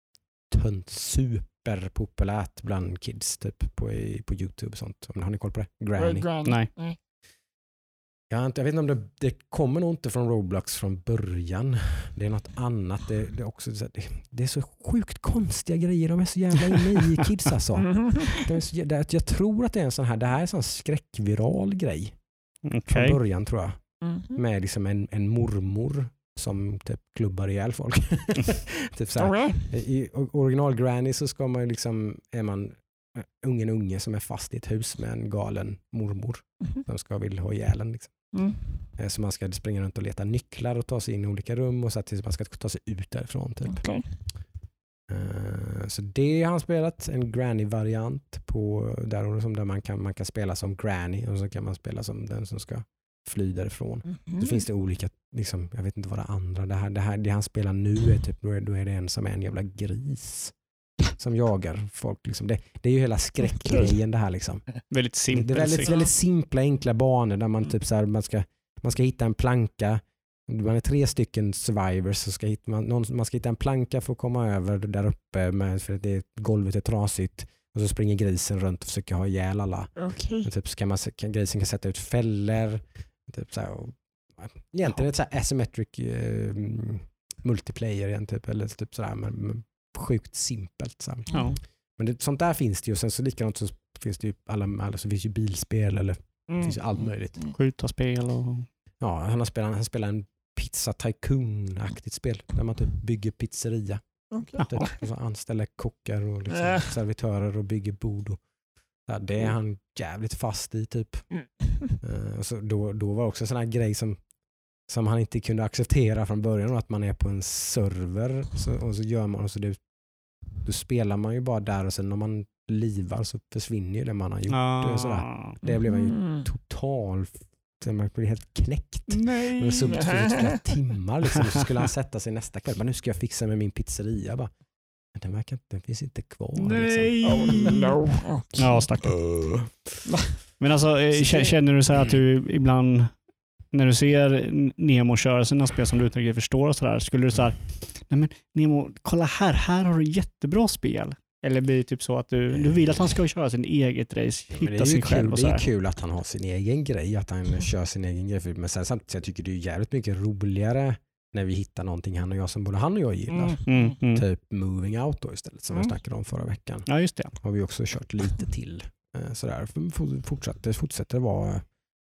A: superpopulärt bland kids typ på YouTube och sånt. Har ni koll på det? Granny?
C: Nej.
A: Jag vet inte om det kommer nog inte från Roblox från början. Det är något annat. Det är också det är så sjukt konstiga grejer. De är så jävla inne i kids alltså. Jag tror att det är en sån här, det här är en sån skräckviral grej. Från början tror jag. Med liksom en mormor som typ klubbar ihjäl folk. Typ så här. I original Granny så ska man liksom, är man unge som är fast i ett hus med en galen mormor som vill ha ihjäl en liksom. Så man ska springa runt och leta nycklar och ta sig in i olika rum och så att tills man ska ta sig ut därifrån typ. Så det har han spelat, en Granny-variant på där man kan spela som Granny och så kan man spela som den som ska fly därifrån. Så finns det olika liksom, jag vet inte vad det andra det han spelar nu är typ, då är det en som är en jävla gris som jagar folk liksom. Det är ju hela skräckgrejen det här liksom.
C: Väldigt simpelt.
A: Det är väldigt simpla, enkla banor där man typ så här, man ska hitta en planka. Man är 3 stycken survivors så man ska hitta en planka för att komma över där uppe för att golvet är trasigt och så springer grisen runt och försöker ha ihjäl alla. Typ så grisen kan sätta ut fällor typ så här, och egentligen ett så här asymmetric multiplayer igen typ, eller typ så där men sjukt simpelt så. Men sånt där finns det ju, och sen så likadant så finns det ju alla så finns ju bilspel eller det finns ju allt möjligt.
C: Skjutarspel och
A: han spelar en pizza tycoon-aktigt spel där man typ bygger pizzeria. Typ, och så anställer kockar och liksom servitörer och bygger bord och det är han jävligt fast i typ. Och så då var också en sån här grej som han inte kunde acceptera från början, att man är på en server och så gör man och så då spelar man ju bara där och sen när man livar så försvinner ju det man har gjort. Och sådär. Det blev ju man blev helt knäckt.
B: Nej.
A: Men så flera timmar liksom, så skulle han sätta sig nästa kväll. Men nu ska jag fixa med min pizzeria bara. Men den finns inte kvar.
B: Nej.
A: Liksom.
C: Ja, stackare. Men alltså, känner du så här att du ibland när du ser Nemo köra sina spel som du inte riktigt förstår och sådär, skulle du säga, nej men Nemo, kolla här har du jättebra spel. Eller blir det typ så att du vill att han ska köra sin eget race, hitta sig själv och så här.
A: Det är kul att han har sin egen grej, att han kör sin egen grej. Men sen samtidigt jag tycker det är jävligt mycket roligare när vi hittar någonting han och jag som både han och jag gillar. Typ Moving Out då istället, som vi snackade om förra veckan.
C: Ja, just det.
A: Har vi också kört lite till. Sådär. Fortsätter vara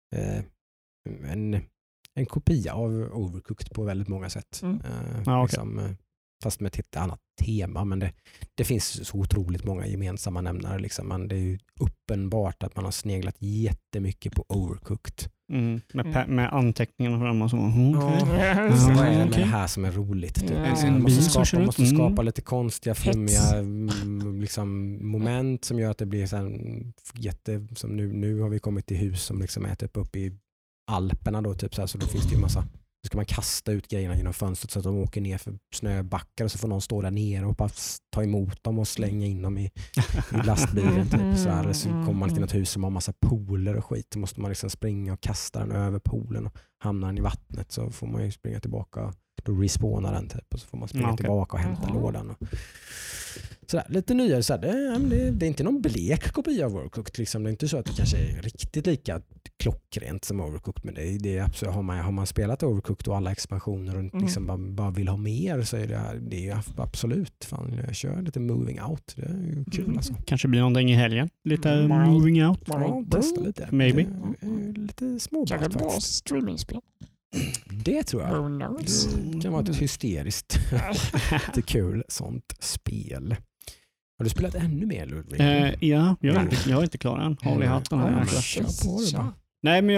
A: en kopia av Overcooked på väldigt många sätt. Liksom, fast med ett annat tema, men det finns så otroligt många gemensamma nämnare liksom. Det är ju uppenbart att man har sneglat jättemycket på Overcooked.
C: Med anteckningarna fram och så.
A: Så vad är det med det här som är roligt? Typ. Man måste skapa lite konstiga, flummiga liksom, moment som gör att det blir så här, som nu har vi kommit till hus som liksom är typ uppe i Alperna då, typ så då finns det ju massa. Så ska man kasta ut grejerna genom fönstret så att de åker ner för snöbackar och så får någon stå där nere och bara ta emot dem och slänga in dem i lastbilen typ så här. Så kommer man till något hus som har massa pooler och skit, så måste man liksom springa och kasta den över poolen och hamnar den i vattnet så får man ju springa tillbaka, då respawnar den typ och så får man springa tillbaka och hämta lådan och sådär. Lite nyare så här, det är inte någon blek kopia av Overcooked liksom. Det är inte så att det kanske är riktigt lika klockrent som Overcooked, men det är absolut, har man spelat Overcooked och alla expansioner och liksom bara vill ha mer, så är det är absolut fan, jag kör lite Moving Out, det är ju kul alltså.
C: Kanske blir någonting i helgen, lite Moving Out.
A: Ja, testa lite.
C: Maybe.
A: Lite småbart
B: faktiskt. Kanske bra streamingspel.
A: Det tror jag. Det kan vara ett hysteriskt lite kul sånt spel. Har du spelat ännu mer, Ludvig?
C: Ja, jag är inte klar än. Har vi haft den här? Nej, men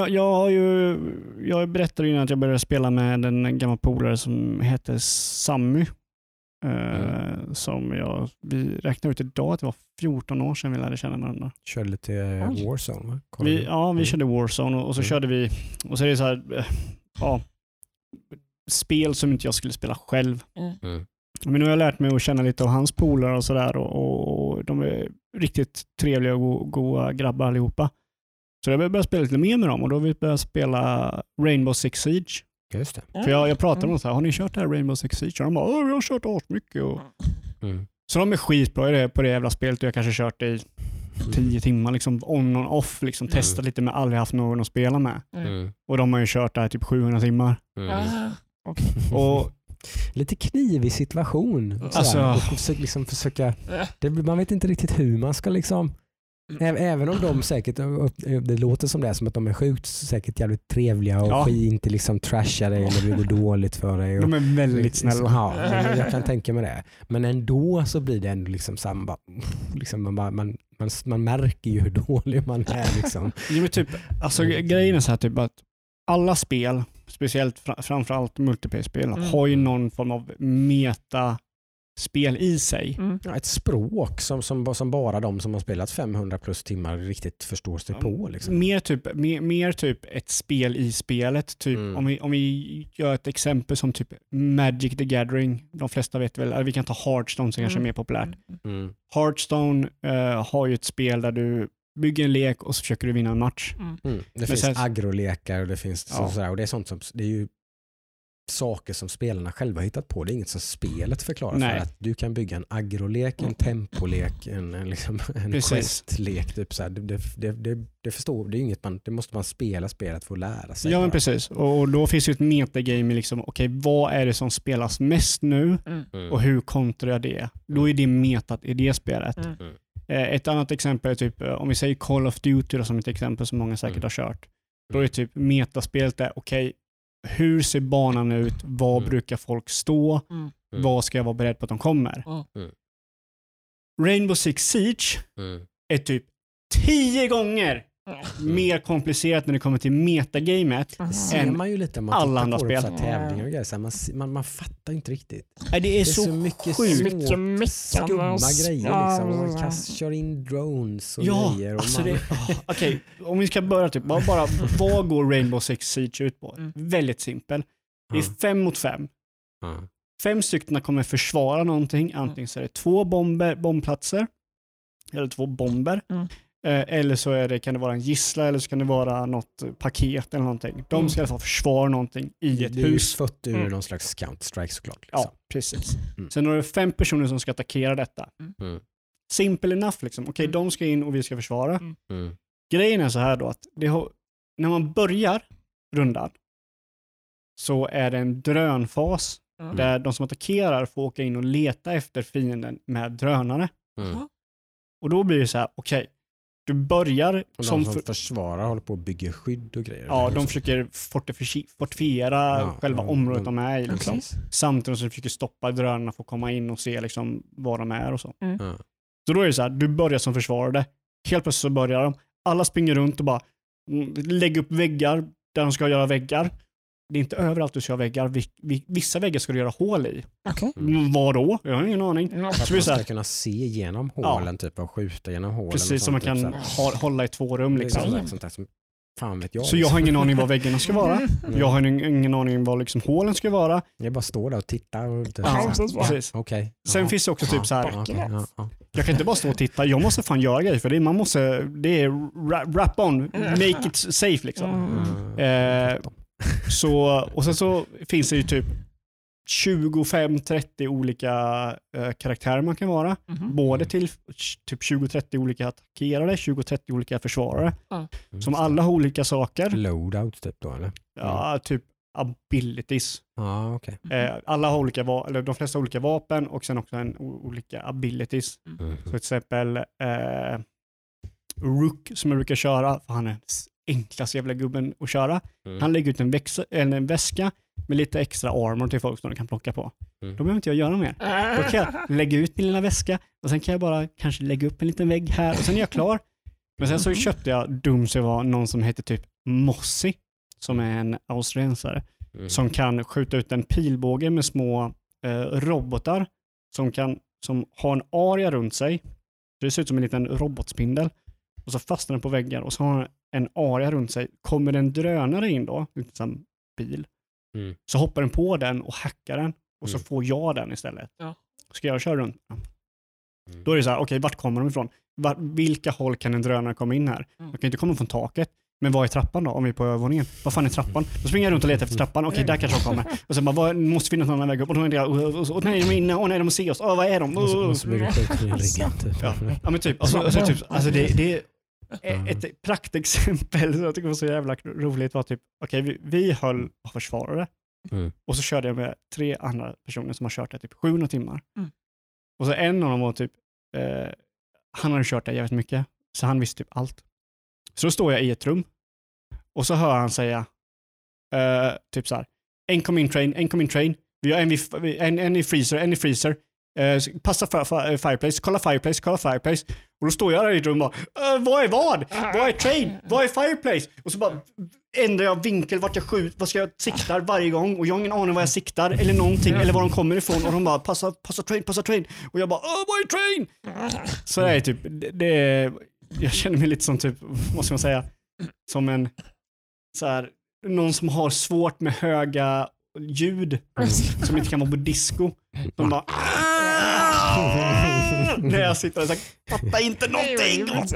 C: jag berättade ju att jag började spela med en gammal polare som heter Sammy. som vi räknar ut idag att det var 14 år sedan vi lärde känna varandra.
A: Körde lite Warzone, va?
C: Vi körde Warzone och så körde vi, och så är det så här, spel som inte jag skulle spela själv. Men nu har jag lärt mig att känna lite av hans polare och sådär, och de är riktigt trevliga och goda grabbar allihopa. Så jag började spela lite mer med dem, och då har vi börjat spela Rainbow Six Siege.
A: Just det.
C: För jag pratade med dem så här, har ni kört det här Rainbow Six Siege? Och de bara, vi har kört asmycket. Så de är skitbra på det jävla spelet, och jag kanske kört det i 10 timmar liksom on and off, liksom testat lite, men aldrig haft någon att spela med. Och de har ju kört det här typ 700 timmar. Och
A: lite knivig situation.
C: Alltså,
A: liksom försöka, man vet inte riktigt hur man ska liksom, även om de säkert, det låter som det, som att de är sjukt säkert jävligt trevliga och inte liksom trashar dig eller det går dåligt för dig.
C: De är väldigt snälla.
A: Ja, jag kan tänka mig det. Men ändå så blir det ändå liksom samma, liksom man märker ju hur dålig man är liksom.
C: Ja, men typ, alltså grejen är så här typ att alla spel, speciellt framförallt multiplayer-spel, har ju någon form av meta-spel i sig.
A: Ett språk som bara de som har spelat 500 plus timmar riktigt förstår sig på. Liksom.
C: Mer typ ett spel i spelet. Typ, om vi gör ett exempel som typ Magic the Gathering. De flesta vet väl, vi kan ta Hearthstone som kanske är mer populärt. Hearthstone har ju ett spel där du bygger en lek och så försöker du vinna en match.
A: Det finns agrolekar och det finns sådär, och det är sånt som, det är ju saker som spelarna själva har hittat på. Det är inget som spelet förklarar. För att du kan bygga en agrolek, en tempolek, en questlek typ så här. Det förstår, det är inget det måste man spela spelet för att lära sig.
C: Ja, men precis. Och då finns ju ett metagame liksom, okej, vad är det som spelas mest nu och hur kontrar jag det? Då är det metat i det spelet. Ett annat exempel är typ, om vi säger Call of Duty då, som ett exempel som många säkert har kört. Då är typ metaspelet där, okej, hur ser banan ut? Vad brukar folk stå? Vad ska jag vara beredd på att de kommer? Rainbow Six Siege är typ 10 gånger mer komplicerat när det kommer till metagamet än
A: man ju lite,
C: alla andra spel.
A: Tävlingar och grejer. Man fattar inte riktigt.
C: Nej, det är så
A: mycket skumma grejer. Liksom. Man kör in drones och grejer. Och
C: alltså okej, om vi ska börja typ, bara vad går Rainbow Six Siege ut på? Väldigt simpel. Det är 5 mot 5. 5 stycken kommer försvara någonting. Antingen så är det 2 bombplatser eller 2 bomber. Eller så kan det vara en gissla, eller så kan det vara något paket eller någonting. De ska i alla fall försvara någonting i ett hus.
A: Det är fått ur någon slags Counter-Strike såklart. Liksom.
C: Ja, precis. Sen har det 5 personer som ska attackera detta. Simple enough liksom. Okej, de ska in och vi ska försvara. Grejen är så här då att när man börjar rundan så är det en drönfas där de som attackerar får åka in och leta efter fienden med drönare. Och då blir det så här, okej, du börjar
A: och som försvarar håller på att bygga skydd och grejer.
C: Ja, de försöker fortifiera själva området de är i. Liksom. Samtidigt som de försöker stoppa drönarna för att komma in och se liksom, vad de är och så. Så då är det så här, du börjar som försvarare. Helt plötsligt så börjar de. Alla springer runt och bara lägger upp väggar där de ska göra väggar. Det är inte överallt du ska ha väggar. Vissa väggar ska du göra hål i. Vad då? Jag har ingen aning.
A: Så man ska kunna se genom hålen typ, och skjuta genom hålen.
C: Precis, som man kan hålla i 2 rum. Liksom.
A: Sånt där som fan vet jag.
C: Så jag har ingen aning vad väggarna ska vara. Jag har ingen aning vad liksom hålen ska vara.
A: Jag bara står där och tittar. Och
C: precis.
A: Okay.
C: Sen finns det också typ så här. Jag kan inte bara stå och titta. Jag måste fan göra grejer för det är wrap on, make it safe liksom. Och sen så finns det ju typ 25-30 olika karaktärer man kan vara. Både till typ 20-30 olika attackerare, 20-30 olika försvarare. Som alla har olika saker.
A: Loadout typ då, eller?
C: Ja, typ abilities.
A: Okay.
C: Alla har olika eller de flesta har olika vapen och sen också olika abilities. Så till exempel Rook som jag brukar köra, för han är enklaste jävla gubben att köra. Han lägger ut en väska med lite extra armor till folk som de kan plocka på. Då behöver inte jag göra mer. Då kan jag lägga ut min lilla väska och sen kan jag bara kanske lägga upp en liten vägg här och sen är jag klar. Men sen så köpte jag så var någon som heter typ Mossy, som är en australiensare som kan skjuta ut en pilbåge med små robotar som har en aria runt sig. Det ser ut som en liten robotspindel. Och så fastnar den på väggen och så har den en aria runt sig. Kommer en drönare in då, som bil, så hoppar den på den och hackar den. Och så får jag den istället. Ja. Ska jag köra runt? Då är det så här, okej, vart kommer de ifrån? Vilka håll kan en drönare komma in här? De kan inte komma från taket. Men vad är trappan då? Om vi är på övervåningen. Vad fan är trappan? Då springer jag runt och letar efter trappan. Okej, där kanske de kommer. Och sen bara, måste finnas någon annan väg upp. Och nej, de är inne. Nej, de ser oss. Vad är de?
A: Och så blir det skjut i ryggen.
C: Ja, men typ. Alltså det är ett praktexempel som jag tycker var så jävla roligt var typ, okej, vi höll och försvarade. Och så körde jag med 3 andra personer som har kört det typ 700 timmar. Och så en av dem var typ, han hade kört det jävligt mycket. Så han visste typ allt. Så då står jag i ett rum och så hör han säga typ så här: incoming train. Vi har en i freezer. Passa fireplace, kolla fireplace. Och då står jag där i ett rum och bara, vad är vad? Vad är train? Vad är fireplace? Och så bara ändrar jag vinkel vart jag skjuter, vad ska jag siktar varje gång och jag har ingen aning vad jag siktar eller någonting eller var de kommer ifrån och de bara passa train och jag bara, vad är train? Så det är typ det jag känner mig lite som typ, måste man säga, som en så här, någon som har svårt med höga ljud som inte kan vara på disco. De bara när jag sitter och säger, fattar inte någonting.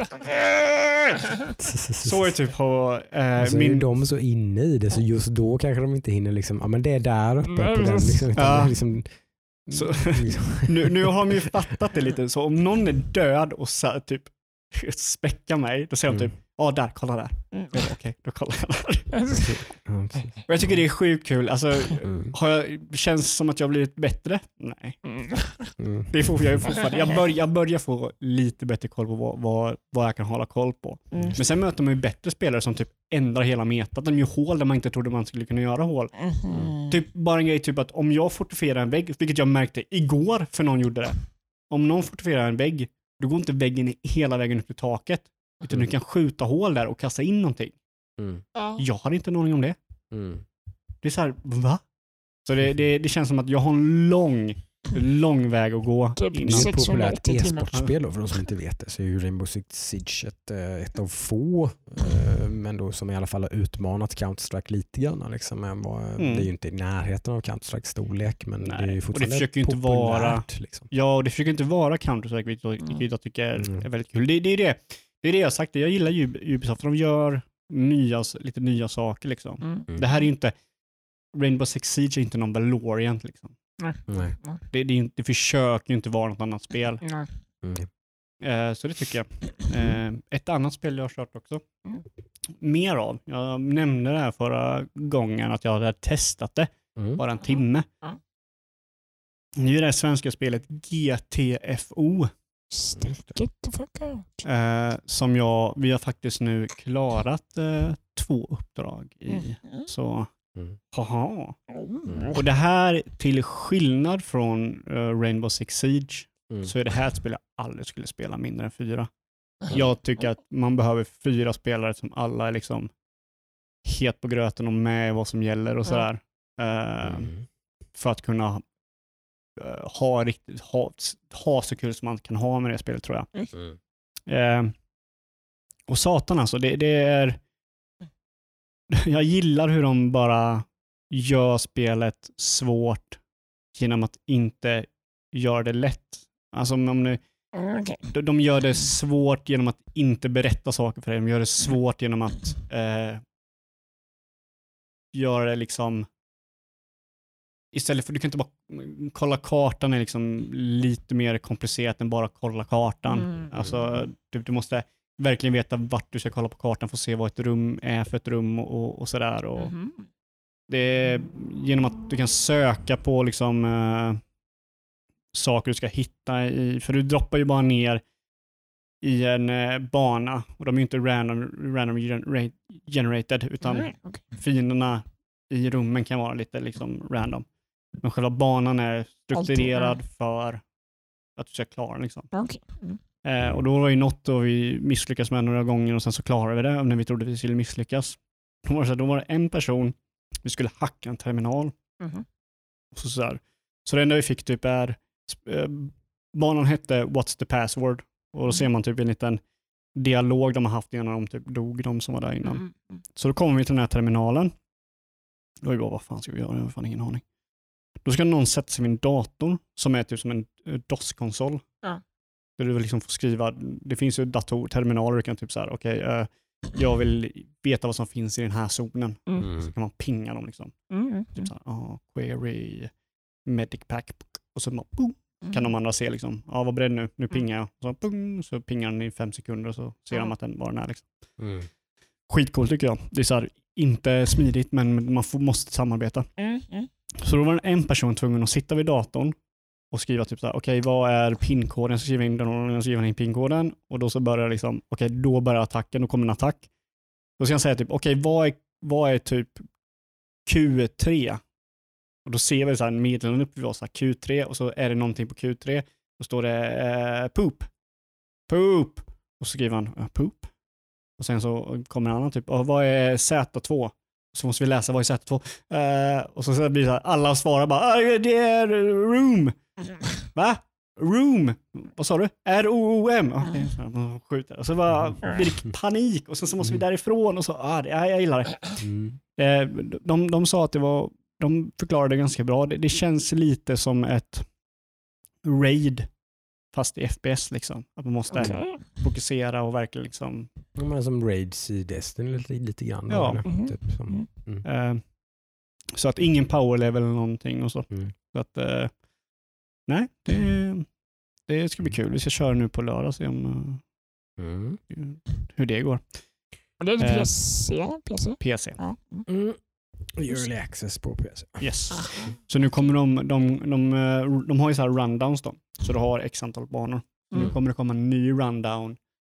C: Så är typ på
A: så är de så inne i det så just då kanske de inte hinner liksom, ja men det är där uppe på den liksom, liksom
C: så, nu har de ju fattat det lite, så om någon är död och så här, typ späcka mig, då säger de typ, där, kolla där. Okej, då kollar jag där. Och jag tycker det är sjukt kul. Alltså, känns som att jag har blivit bättre? Nej. Det får jag fortfarande. Jag börjar få lite bättre koll på vad jag kan hålla koll på. Men sen möter man ju bättre spelare som typ ändrar hela metat. De gör hål där man inte trodde man skulle kunna göra hål. Typ bara en grej typ att om jag fortifierar en vägg, vilket jag märkte igår för någon gjorde det. Om någon fortifierar en vägg, då går inte väggen hela vägen upp till taket. Utan du kan skjuta hål där och kasta in någonting. Jag har inte någon aning om det. Det är så här, va? Så det känns som att jag har en lång väg att gå.
A: Det är ett populärt e-sportspel då, för de som inte vet det. Så är ju Rainbow Six Siege ett av få, men då som i alla fall har utmanat Counter-Strike lite grann. Liksom. Det är ju inte i närheten av Counter-Strike storlek, men det är ju fortfarande
C: och det försöker
A: populärt.
C: Inte vara,
A: liksom. Ja,
C: och det försöker inte vara Counter-Strike, vilket jag tycker är väldigt kul. Det är det jag har sagt. Jag gillar Ubisoft. De gör lite nya saker. Liksom. Det här är ju inte... Rainbow Six Siege är inte någon Valorant. Liksom.
A: Nej.
C: Det försöker ju inte vara något annat spel. Så det tycker jag. Ett annat spel jag har kört också. Mer av. Jag nämnde det här förra gången att jag hade testat det. Bara en timme. Nu är det svenska spelet GTFO. Som vi har faktiskt nu klarat 2 uppdrag i. Så haha. Och det här, till skillnad från Rainbow Six Siege, så är det här ett spel jag aldrig skulle spela mindre än 4. Jag tycker att man behöver 4 spelare som alla är liksom het på gröten och med vad som gäller och sådär. För att kunna ha så kul som man kan ha med det spelet, tror jag. Och satan alltså, det är... Jag gillar hur de bara gör spelet svårt genom att inte göra det lätt. Alltså de gör det svårt genom att inte berätta saker för dig. De gör det svårt genom att göra det liksom... Istället för, du kan inte bara kolla kartan, är liksom lite mer komplicerat än bara kolla kartan. Alltså du måste verkligen veta vart du ska kolla på kartan för att se vad ett rum är för ett rum och sådär. Och det är genom att du kan söka på liksom saker du ska hitta i, för du droppar ju bara ner i en bana och de är ju inte random generated, utan fienderna i rummen kan vara lite liksom random. Men själva banan är strukturerad för att du ska klara den liksom. Och då var ju något då vi misslyckas med några gånger och sen så klarade vi det när vi trodde vi skulle misslyckas. Då var det en person, vi skulle hacka en terminal. Och så det enda vi fick typ är Banan hette What's the password? Och då ser man typ en liten dialog de har haft innan de typ dog, de som var där innan. Så då kommer vi till den här terminalen. Då är vi bara, vad fan ska vi göra? Jag har fan ingen aning. Då ska någon sätta sig vid en dator som är typ som en DOS-konsol.
B: Ja.
C: Där du liksom får skriva, det finns ju terminaler du kan typ så här, okej, jag vill veta vad som finns i den här zonen. Så kan man pinga dem liksom. Typ så här, query, medic pack, och så bara, boom, kan de andra se liksom, vad beredd nu pingar jag. Så, boom, så pingar den i 5 sekunder och så ser de att den var den är liksom. Skitcoolt tycker jag. Det är så här, inte smidigt, men man måste samarbeta. Så då var en person tvungen att sitta vid datorn och skriva typ så här, okej, vad är pinkoden? Så skriver in pinkoden och då så börjar liksom, okej, då börjar attacken, då kommer en attack. Då ska jag säga typ, okej, vad är typ Q3? Och då ser vi så här meddelanden uppe vid oss, Q3, och så är det någonting på Q3. Då står det poop. Och så skriver han poop. Och sen så kommer en annan typ, vad är Z2? Så måste vi läsa, vad är Z2? Och så blir det så här, alla svarar bara, det är room. Va? Room? Vad sa du? R-O-O-M. Okej, så skjuter. Och så bara blir det panik. Och sen så måste vi därifrån. Och så, jag gillar det. De sa att det var, de förklarade det ganska bra. Det känns lite som ett raid fast i FPS liksom. Att man måste fokusera och verkligen liksom...
A: Men som raids i Destiny lite grann.
C: Ja.
A: Typ som,
C: så att ingen power level eller någonting och så. Så att nej, det ska bli kul. Vi ska köra nu på lördag och se om hur det går.
B: Och det är PC?
C: Ja.
A: Early access på PC.
C: Yes. Så nu kommer de har ju så här rundowns då. Så du har x antal banor. Nu kommer det komma en ny rundown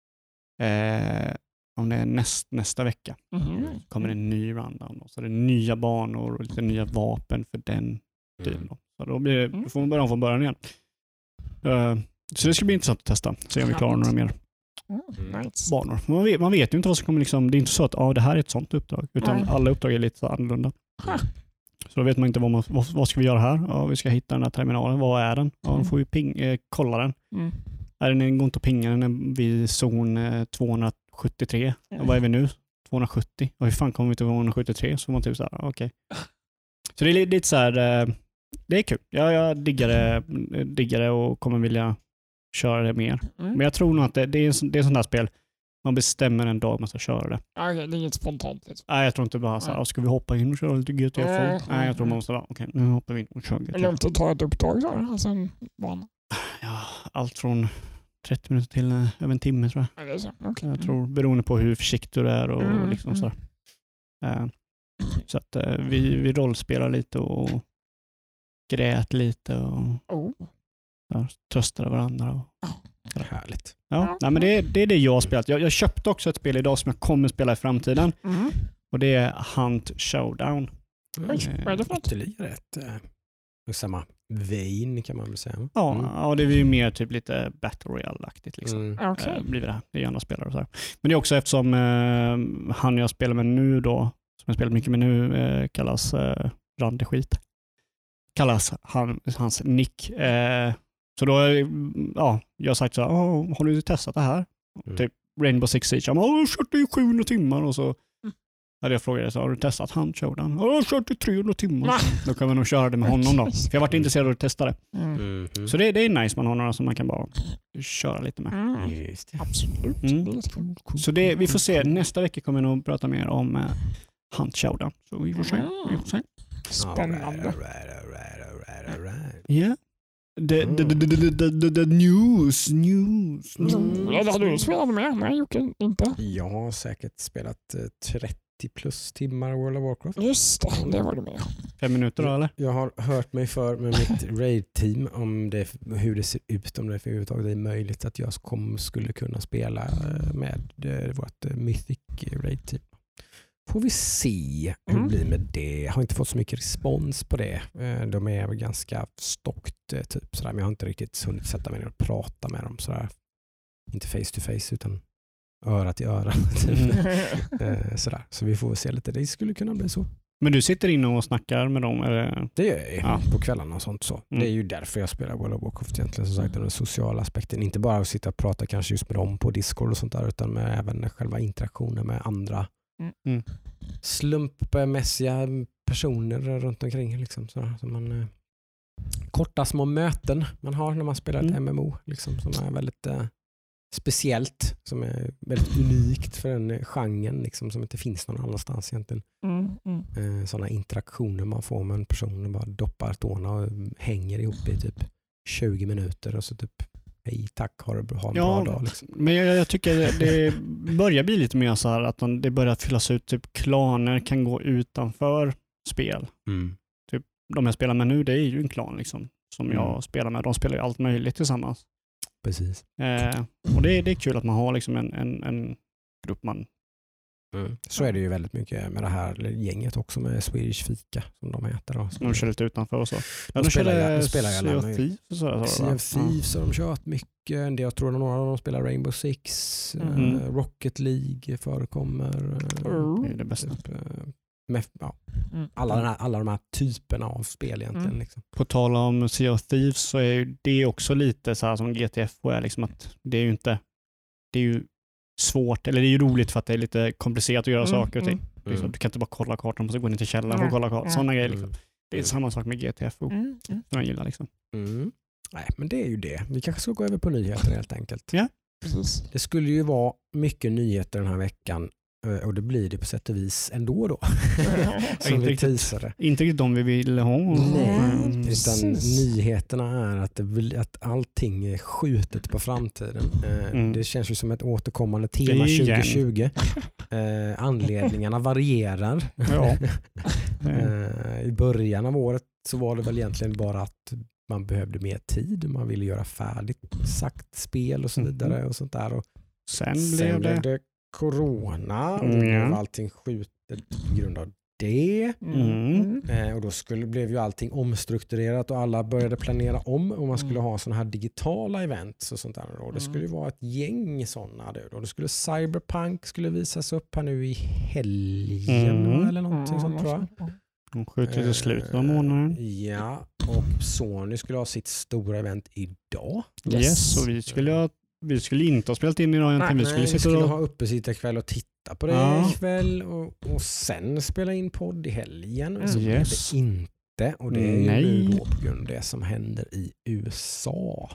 C: om det är nästa vecka. Kommer det en ny rundown då. Så det är nya banor och lite nya vapen för den tiden då. Så då får man börja från början igen. Så det ska bli intressant att testa. Se om vi klarar några mer banor. Man vet ju inte vad som kommer liksom, det är inte så att det här är ett sånt uppdrag. Utan alla uppdrag är lite annorlunda. Så då vet man inte vad ska vi göra här. Ja, vi ska hitta den här terminalen. Vad är den? Ja, då får vi kolla den. Är den går inte att pinga den vid zon 273. Och vad är vi nu? 270. Och hur fan kommer vi till 273? Så får man typ så här, okej. Så det är lite så här, det är kul. Jag diggar det och kommer vilja köra det mer. Men jag tror nog att det är ett sånt där spel. Man bestämmer en dag man ska köra det.
B: Okej, det är inget spontant. Liksom.
C: Nej, jag tror inte bara så här, ska vi hoppa in och köra lite GTA? Nej, jag tror man måste vara, okej, nu hoppar vi in och kör GTA.
B: Eller inte ta ett uppdrag så här, alltså en bana.
C: Ja, allt från 30 minuter till över en timme tror jag.
B: Ja, det är så. Okay.
C: Jag tror, beroende på hur försiktig du är och liksom så. Så att vi rollspelar lite och grät lite och tröstade varandra. Och,
A: härligt.
C: Ja, nej, men det är det jag har spelat. Jag köpte också ett spel idag som jag kommer spela i framtiden. Och det är Hunt Showdown.
B: Vad är det för något?
A: Ytterligare ett samma vein kan man väl säga.
C: Ja, det är ju mer typ lite Battle Royale-aktigt. Liksom. Blir det är andra spelare och så här. Men det är också eftersom han jag spelar med nu då, som jag spelar mycket med nu, kallas Randeskit. Kallas hans nick. Så då jag har sagt så här, har du testat det här? Typ Rainbow Six Siege. Jag har kört i 700 timmar och så hade jag frågat så har du testat Hunt Showdown? Jag har kört i 300 timmar. Då kan man nog köra det med honom då. För jag har varit intresserad av att testa det. Så det är nice, man har några som man kan bara köra lite med.
B: Just det. Absolut.
C: Så vi får se, nästa vecka kommer jag nog prata mer om Hunt Showdown. Så vi får se.
B: Spännande.
C: Ja. The news.
B: Ja, har du spelat med? Nej, Jocke, inte.
A: Jag har säkert spelat 30 plus timmar World of Warcraft.
B: Just det var det med.
C: 5 minuter då, eller?
A: Jag har hört mig för med mitt raid-team om hur det ser ut, om det överhuvudtaget är möjligt att jag skulle kunna spela med vårt Mythic raid-team. Får vi se hur det blir med det. Jag har inte fått så mycket respons på det. De är ganska stockt typ sådär, men jag har inte riktigt hunnit sätta mig ner och prata med dem sådär. Inte face to face utan öra till öra. Typ. Sådär. Så vi får se lite. Det skulle kunna bli så.
C: Men du sitter inne och snackar med dem? Eller?
A: Det gör jag på kvällarna och sånt. Så.
C: Mm.
A: Det är ju därför jag spelar World of Warcraft egentligen. Som sagt, den sociala aspekten. Inte bara att sitta och prata kanske just med dem på Discord och sånt där, utan med även själva interaktionen med andra slumpmässiga personer runt omkring. Liksom, så man, korta små möten man har när man spelar ett MMO. Liksom, som är väldigt speciellt, som är väldigt unikt för den genren, liksom, som inte finns någon annanstans egentligen. Sådana interaktioner man får med en person och bara doppar tårna och hänger ihop i typ 20 minuter och så typ hej, tack, ha en bra dag. Liksom.
C: Men jag tycker det börjar bli lite mer så här att det börjar fyllas ut, typ klaner kan gå utanför spel. Typ, de jag spelar med nu, det är ju en klan liksom, som jag spelar med. De spelar ju allt möjligt tillsammans.
A: Precis.
C: Och det är kul att man har liksom en grupp man...
A: Så är det ju väldigt mycket med det här gänget också, med Swedish Fika som de heter. Då.
C: De kör lite utanför och så.
A: De spelar
C: Sea of Thieves och så.
A: Sea of Thieves har de kört mycket. Jag tror att några av dem spelar Rainbow Six. Rocket League förekommer.
C: Det är det bästa.
A: Alla de här typerna av spel egentligen. Liksom.
C: På tal om Sea of Thieves så är ju det också lite så här som GTF är liksom, att det är ju inte, det är ju svårt, eller det är ju roligt för att det är lite komplicerat att göra saker och ting. Liksom, du kan inte bara kolla kartan och så gå ner till källaren och kolla kartan. Sådana grejer liksom. Det är samma sak med GTF som jag gillar liksom.
A: Nej, men det är ju det. Vi kanske ska gå över på nyheter helt enkelt.
C: Ja.
B: Precis.
A: Det skulle ju vara mycket nyheter den här veckan. Och det blir det på sätt och vis ändå då. Som vi teasade.
C: Inte riktigt de vi vill ha.
A: Nej, utan nyheterna är att allting är skjutet på framtiden. Det känns ju som ett återkommande tema 2020. Anledningarna varierar.
C: Ja.
A: I början av året så var det väl egentligen bara att man behövde mer tid. Man ville göra färdigt sagt spel och så vidare och sånt där. Och
C: sen blev det
A: corona och då blev allting skjutet på grund av det. Och då blev ju allting omstrukturerat och alla började planera om man skulle ha såna här digitala events och sånt där. Och det skulle ju vara ett gäng sådana. Och det skulle Cyberpunk skulle visas upp här nu i helgen eller någonting sånt, tror jag.
C: De skjuter i slutet av månaden.
A: Ja, och Sony skulle ha sitt stora event idag.
C: Yes, och vi skulle inte ha spelat in idag egentligen.
A: Vi skulle ha uppesittarkväll och titta på det ikväll och sen spela in podd i helgen. Så blev det inte. Och det är ju nu då på grund av det som händer i USA.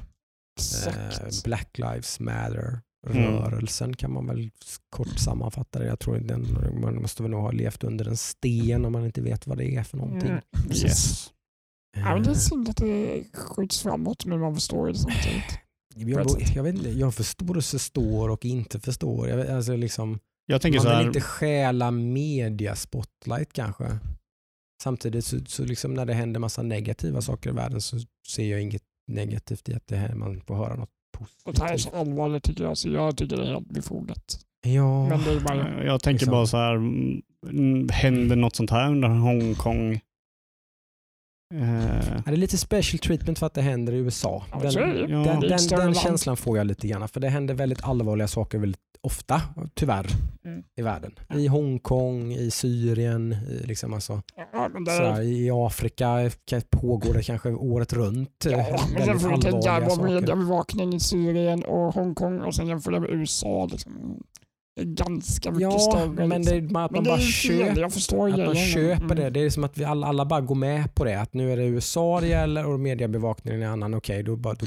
A: Black Lives Matter-rörelsen kan man väl kort sammanfatta det. Jag tror man måste väl nog ha levt under en sten om man inte vet vad det är för någonting.
C: Yes.
B: Ja, men det är synd att det skjuts framåt, men man förstår det samtidigt.
A: Jag vet inte, jag förstår och inte förstår. Jag
C: tänker
A: man
C: så här,
A: vill inte stjäla media spotlight kanske. Samtidigt så liksom när det händer massa negativa saker i världen så ser jag inget negativt i att det här man får höra något positivt.
B: Det här är så allvarligt tycker jag, så jag tycker det är helt befogat.
A: Ja.
B: Men det är bara...
C: Jag tänker bara så här, händer något sånt här under Hongkong?
A: Det är lite special treatment för att det händer i USA. Den känslan får jag lite grann. För det händer väldigt allvarliga saker väldigt ofta, tyvärr, i världen. I Hongkong, i Syrien, liksom alltså, i Afrika pågår det kanske året runt.
B: Men sen får du tänka mediebevakning i Syrien och Hongkong och sen jämför det med USA. Liksom. Det är ganska mycket större.
A: Men det är att man bara köper det. Det är som att vi alla bara går med på det. Att nu är det USA det gäller och mediebevakningen är annan. Okej,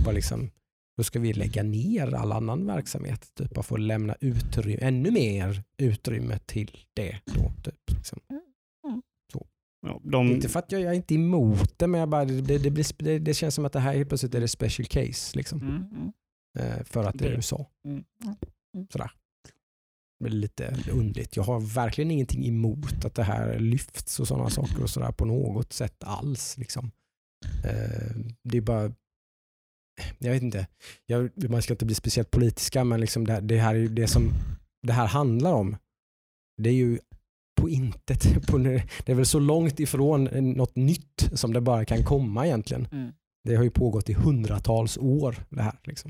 A: då ska vi lägga ner all annan verksamhet. Typ, bara för att lämna ännu mer utrymme till det. Då, typ, liksom. Så.
C: Ja,
A: inte för att jag är inte emot det, men jag bara, det känns som att det här helt plötsligt är det special case. Liksom. För att det är USA. Sådär. Det är lite underligt. Jag har verkligen ingenting emot att det här lyfts och sådana saker och sådär på något sätt alls. Liksom. Det är bara, jag vet inte, man ska inte bli speciellt politiska, men liksom det här är ju det som det här handlar om. Det är ju på intet, det är väl så långt ifrån något nytt som det bara kan komma egentligen. Det har ju pågått i hundratals år det här. Liksom.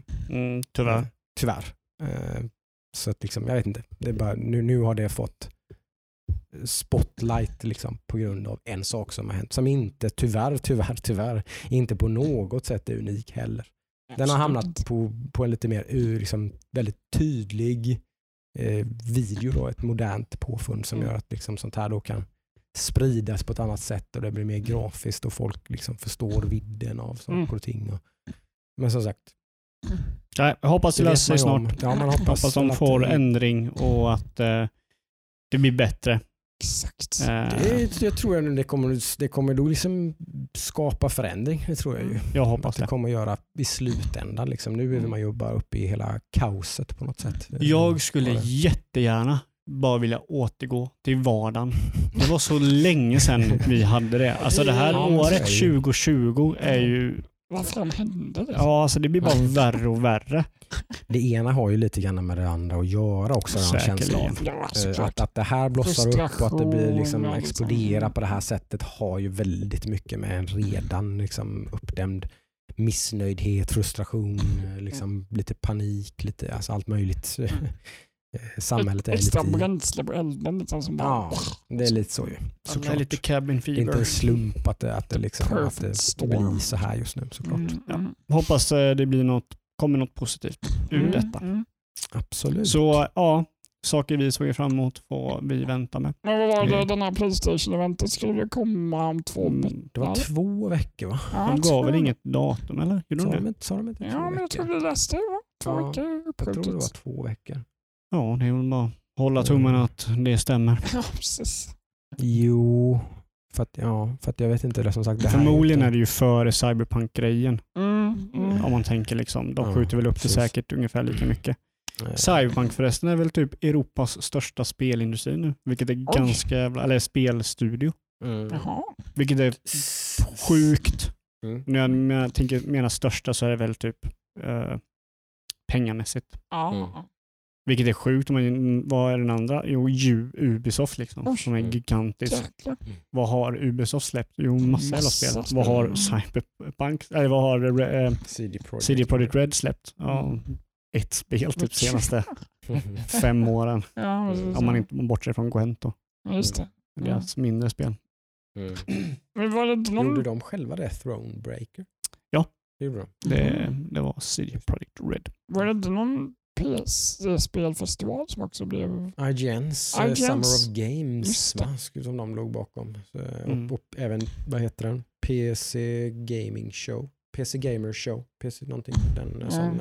A: Tyvärr. Så att liksom, jag vet inte. Det är bara, nu har det fått spotlight liksom, på grund av en sak som har hänt. Som inte, tyvärr, inte på något sätt är unik heller. Den har hamnat på en lite mer liksom, väldigt tydlig video då, ett modernt påfund som gör att liksom, sånt här då kan spridas på ett annat sätt och det blir mer grafiskt och folk liksom förstår vidden av saker och ting. Men som sagt,
C: jag hoppas det löser sig snart.
A: Ja, man
C: hoppas de får ändring och att det blir bättre.
B: Exakt.
A: Jag tror att det kommer då liksom skapa förändring. Det tror jag ju.
C: Jag hoppas
A: det kommer göra i slutändan. Liksom. Nu vill man jobba upp i hela kaoset på något sätt.
C: Jag skulle jättegärna bara vilja återgå till vardagen. Det var så länge sedan vi hade det. Alltså det här året 2020 är ju...
B: Vad fan hände det?
C: Ja, alltså det blir bara värre och värre.
A: Det ena har ju lite grann med det andra att göra också. Att det här blossar upp och att det blir liksom explodera på det här sättet har ju väldigt mycket med en redan liksom uppdämd missnöjdhet, frustration, liksom lite panik, lite alltså allt möjligt. Samhället är
B: extra
A: lite
B: bränsle på elden liksom som bara...
A: Ja, det är lite så ju.
C: Det är lite cabin fever.
A: Det är inte en slump att det blir så här just nu såklart.
C: Hoppas det kommer något positivt ur detta.
A: Absolut.
C: Så ja, saker vi såg fram emot får vi vänta med.
B: Men vad var det, den här PlayStation-eventet skulle komma om 2 veckor?
A: Det var 2 veckor va?
C: De gav väl inget datum eller?
A: Sa de inte 2 veckor?
B: Ja, men jag tror vi läste det. 2 veckor
A: jag tror det var 2 veckor.
C: Ja, det är väl bara hålla tummarna att det stämmer.
B: Ja, precis.
A: Jo, för att jag vet inte det som sagt. Det
C: förmodligen är det ju före Cyberpunk-grejen. Om man tänker liksom, de skjuter väl upp det säkert ungefär lika mycket. Cyberpunk förresten är väl typ Europas största spelindustri nu, vilket är ganska jävla, eller spelstudio. Vilket är sjukt. När jag menar största så är det väl typ pengamässigt. Vilket är sjukt. Vad är den andra? Jo, Ubisoft liksom, som är gigantisk. Vad har Ubisoft släppt? Jo, massa jävla spel. Vad har Cyberpunk? Eller vad har CD Projekt Red släppt? Ja, ett spel typ senaste 5 åren. Om man inte bortser från Gwent då.
B: Just det.
C: Deras mindre spel.
B: Men var det någon...
A: Gjorde de själva det? Thronebreaker?
C: Ja.
A: Det
C: var CD Projekt Red.
B: Var det inte någon PC-spelfestival som också blev...
A: IGNs Summer of Games som de låg bakom. Och även, vad heter den? PC Gaming Show. PC Gamer Show. PC någonting. Den som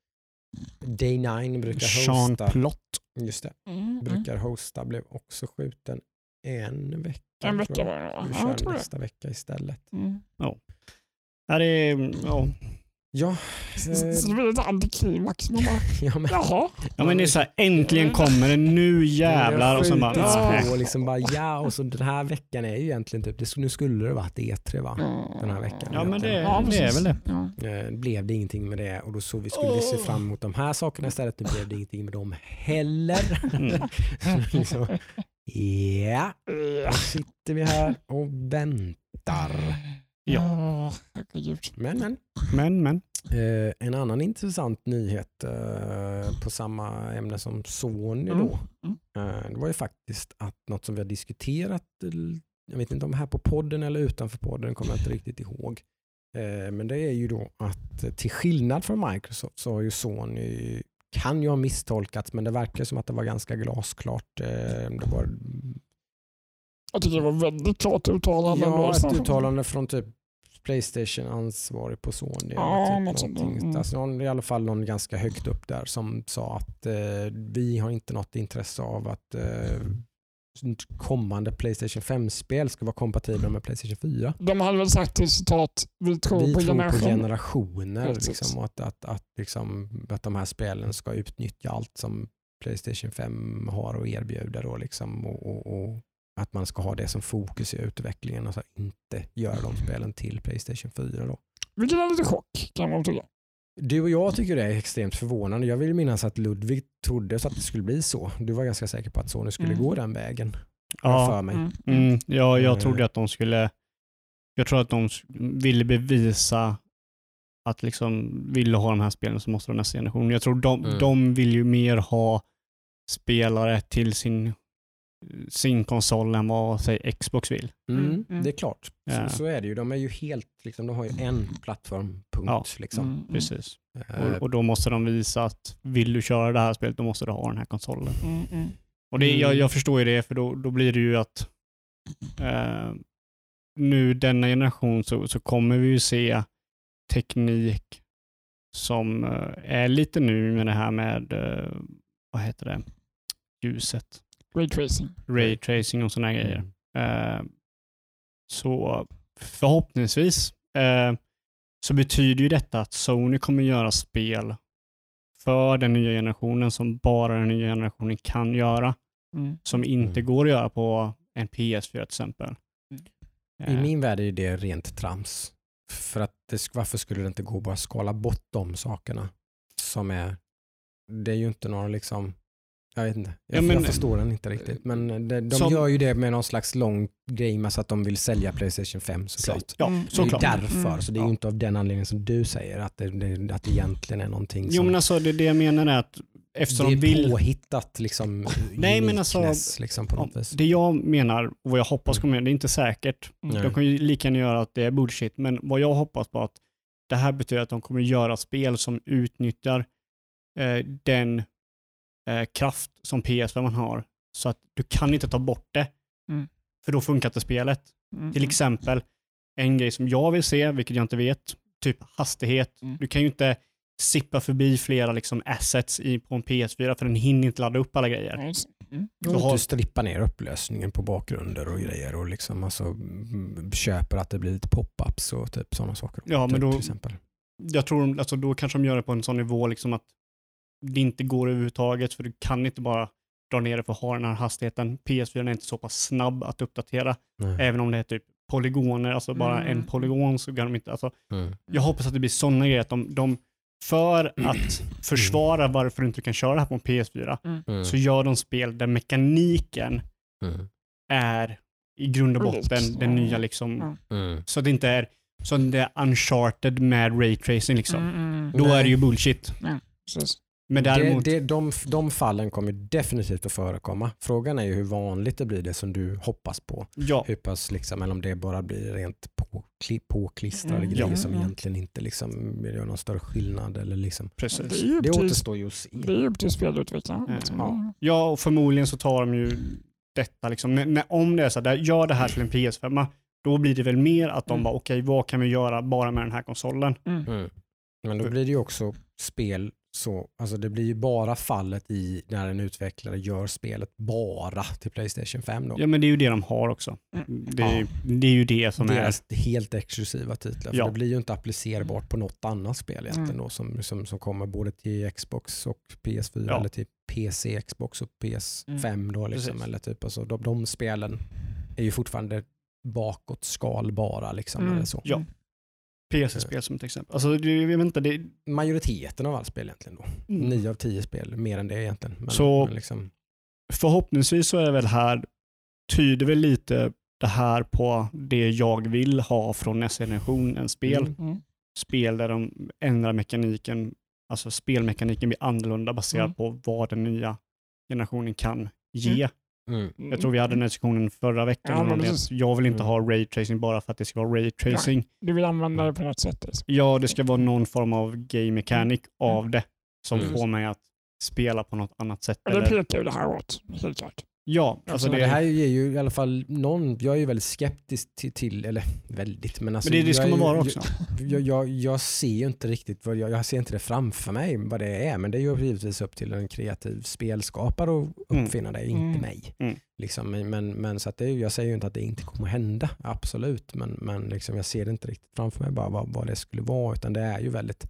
A: Day 9 brukar hosta.
C: Sean Plott.
A: Just det. Brukar hosta. Blev också skjuten en vecka.
B: En vecka var det.
A: Vi kör nästa vecka istället.
C: Ja. Här är...
A: Ja.
B: Så det blir ett antiklimax. Jaha.
C: Ja, men det är så här, äntligen kommer det nu jävlar och så bara...
A: Och liksom bara och så den här veckan är ju egentligen typ, nu skulle det varit E3 va? Den här veckan.
C: Ja, men det är väl det.
A: Blev det ingenting med det och då så vi skulle se fram emot de här sakerna istället. Nu blev det ingenting med dem heller. Liksom, då sitter vi här och väntar.
C: Ja. Men.
A: En annan intressant nyhet på samma ämne som Sony då. Det var ju faktiskt att något som vi har diskuterat, jag vet inte om här på podden eller utanför podden, kommer jag inte riktigt ihåg. Men det är ju då att till skillnad från Microsoft så har ju Sony, kan ju ha misstolkats, men det verkar som att det var ganska glasklart.
B: Jag tycker det var väldigt klart uttalande.
A: Ja, ett uttalande från typ PlayStation ansvarig på Sony. Alltså, i alla fall någon ganska högt upp där som sa att vi har inte något intresse av att kommande PlayStation 5-spel ska vara kompatibla med PlayStation 4.
B: De hade väl sagt till citat, vi tror på
A: generationer liksom, och att de här spelen ska utnyttja allt som PlayStation 5 har att erbjuda då, liksom, och att man ska ha det som fokus i utvecklingen och så inte göra de spelen till PlayStation 4 då.
B: Vilket är lite chock kan man tycka.
A: Du och jag tycker det är extremt förvånande. Jag vill minnas att Ludvig trodde så att det skulle bli så. Du var ganska säker på att Sony skulle gå den vägen. För mig.
C: Ja, jag trodde att de skulle... Jag tror att de ville bevisa att liksom ville ha de här spelen så måste de nästa generation. Jag tror de vill ju mer ha spelare till sin sin konsol än vad säg Xbox vill.
A: Det är klart. Så är det ju. De är ju helt, liksom, de har ju en plattformpunkt. Liksom.
C: Precis. Och då måste de visa att vill du köra det här spelet, då måste du ha den här konsolen. Och det, jag förstår ju det, för då blir det ju att nu denna generation så kommer vi ju se teknik som är lite nu med det här med vad heter det? Ljuset. Ray tracing och såna grejer. Så förhoppningsvis så betyder ju detta att Sony kommer göra spel för den nya generationen som bara den nya generationen kan göra. Som inte går att göra på en PS4 till exempel.
A: I min värld är det rent trams. För att varför skulle det inte gå att bara skala bort de sakerna som är, det är ju inte några liksom, jag vet inte, jag förstår den inte riktigt, men de gör ju det med någon slags lång grej med så att de vill sälja PlayStation 5 såklart.
C: Såklart.
A: Det är därför, så det är ju inte av den anledningen som du säger att det egentligen är någonting som...
C: Jo, men alltså det jag menar är att eftersom
A: det är
C: de vill...
A: påhittat liksom.
C: Nej, men alltså
A: liksom, på något vis.
C: Det jag menar och vad jag hoppas kommer, det är inte säkert. De kan ju lika gärna göra att det är bullshit, men vad jag hoppas på att det här betyder att de kommer göra spel som utnyttjar den kraft som PS5 man har, så att du kan inte ta bort det, för då funkar inte spelet. Till exempel en grej som jag vill se, vilket jag inte vet, typ hastighet. Du kan ju inte sippa förbi flera liksom assets på en PS4 för den hinner inte ladda upp alla grejer.
A: Du strippar ner upplösningen på bakgrunder och grejer och liksom alltså köper att det blir lite pop-ups och typ sådana saker.
C: Ja, men då,
A: till exempel.
C: Jag tror alltså då kanske de gör det på en sån nivå liksom att det inte går överhuvudtaget, för du kan inte bara dra ner det för att ha den här hastigheten. PS4 är inte så pass snabb att uppdatera. Även om det är typ polygoner, alltså bara en polygon, så kan de inte, alltså, jag hoppas att det blir sådana grejer att de för att försvara varför du inte kan köra det här på en PS4 så gör de spel där mekaniken är i grund och botten den nya liksom, så att det inte är så det är uncharted med ray tracing liksom. Då är det ju bullshit. Men däremot...
A: de fallen kommer definitivt att förekomma. Frågan är ju hur vanligt det blir det som du hoppas på. Hur pass liksom, eller om det bara blir rent påklistrade grejer som egentligen inte liksom gör någon större skillnad. Eller liksom.
C: Precis.
A: Det återstår ju att se.
B: Det är upp till spelutvecklaren.
C: Ja, och förmodligen så tar de ju detta liksom, om det är så där, gör det här till en PS5, då blir det väl mer att de bara, okej, vad kan vi göra bara med den här konsolen?
A: Men då blir det ju också spel så, alltså det blir ju bara fallet i när en utvecklare gör spelet bara till PlayStation 5 då.
C: Ja, men det är ju det de har också. Det är ju det som
A: deras är helt exklusiva titlar. För det blir ju inte applicerbart på något annat spel egentligen då, som kommer både till Xbox och PS4 eller till PC, Xbox och PS5 då liksom, eller typ alltså, de spelen är ju fortfarande bakåt skalbara liksom eller så.
C: Ja. PC-spel som ett exempel. Alltså, jag vet inte, det...
A: Majoriteten av alla spel egentligen då. 9 av 10 spel, mer än det egentligen.
C: Men
A: liksom...
C: förhoppningsvis så är det väl här, tyder väl lite det här på det jag vill ha från nästa generation, en spel. Spel där de ändrar mekaniken, alltså spelmekaniken blir annorlunda baserat på vad den nya generationen kan ge. Jag tror vi hade den här diskussionen förra veckan. Jag vill inte ha ray tracing bara för att det ska vara ray tracing.
B: Du vill använda det på något sätt.
C: Ja, det ska vara någon form av game mechanic av det som får mig att spela på något annat sätt.
B: Och det pekar ju det här åt, helt klart.
A: Ja, alltså det här ger ju i alla fall jag är ju väldigt skeptisk till eller väldigt, men alltså
C: men det ska man vara också.
A: Jag ser ju inte riktigt jag ser inte det framför mig vad det är, men det är ju givetvis upp till en kreativ spelskapare att uppfinna det, inte mig. Liksom, men så att jag säger ju inte att det inte kommer att hända, absolut, men liksom, jag ser det inte riktigt framför mig bara vad det skulle vara, utan det är ju väldigt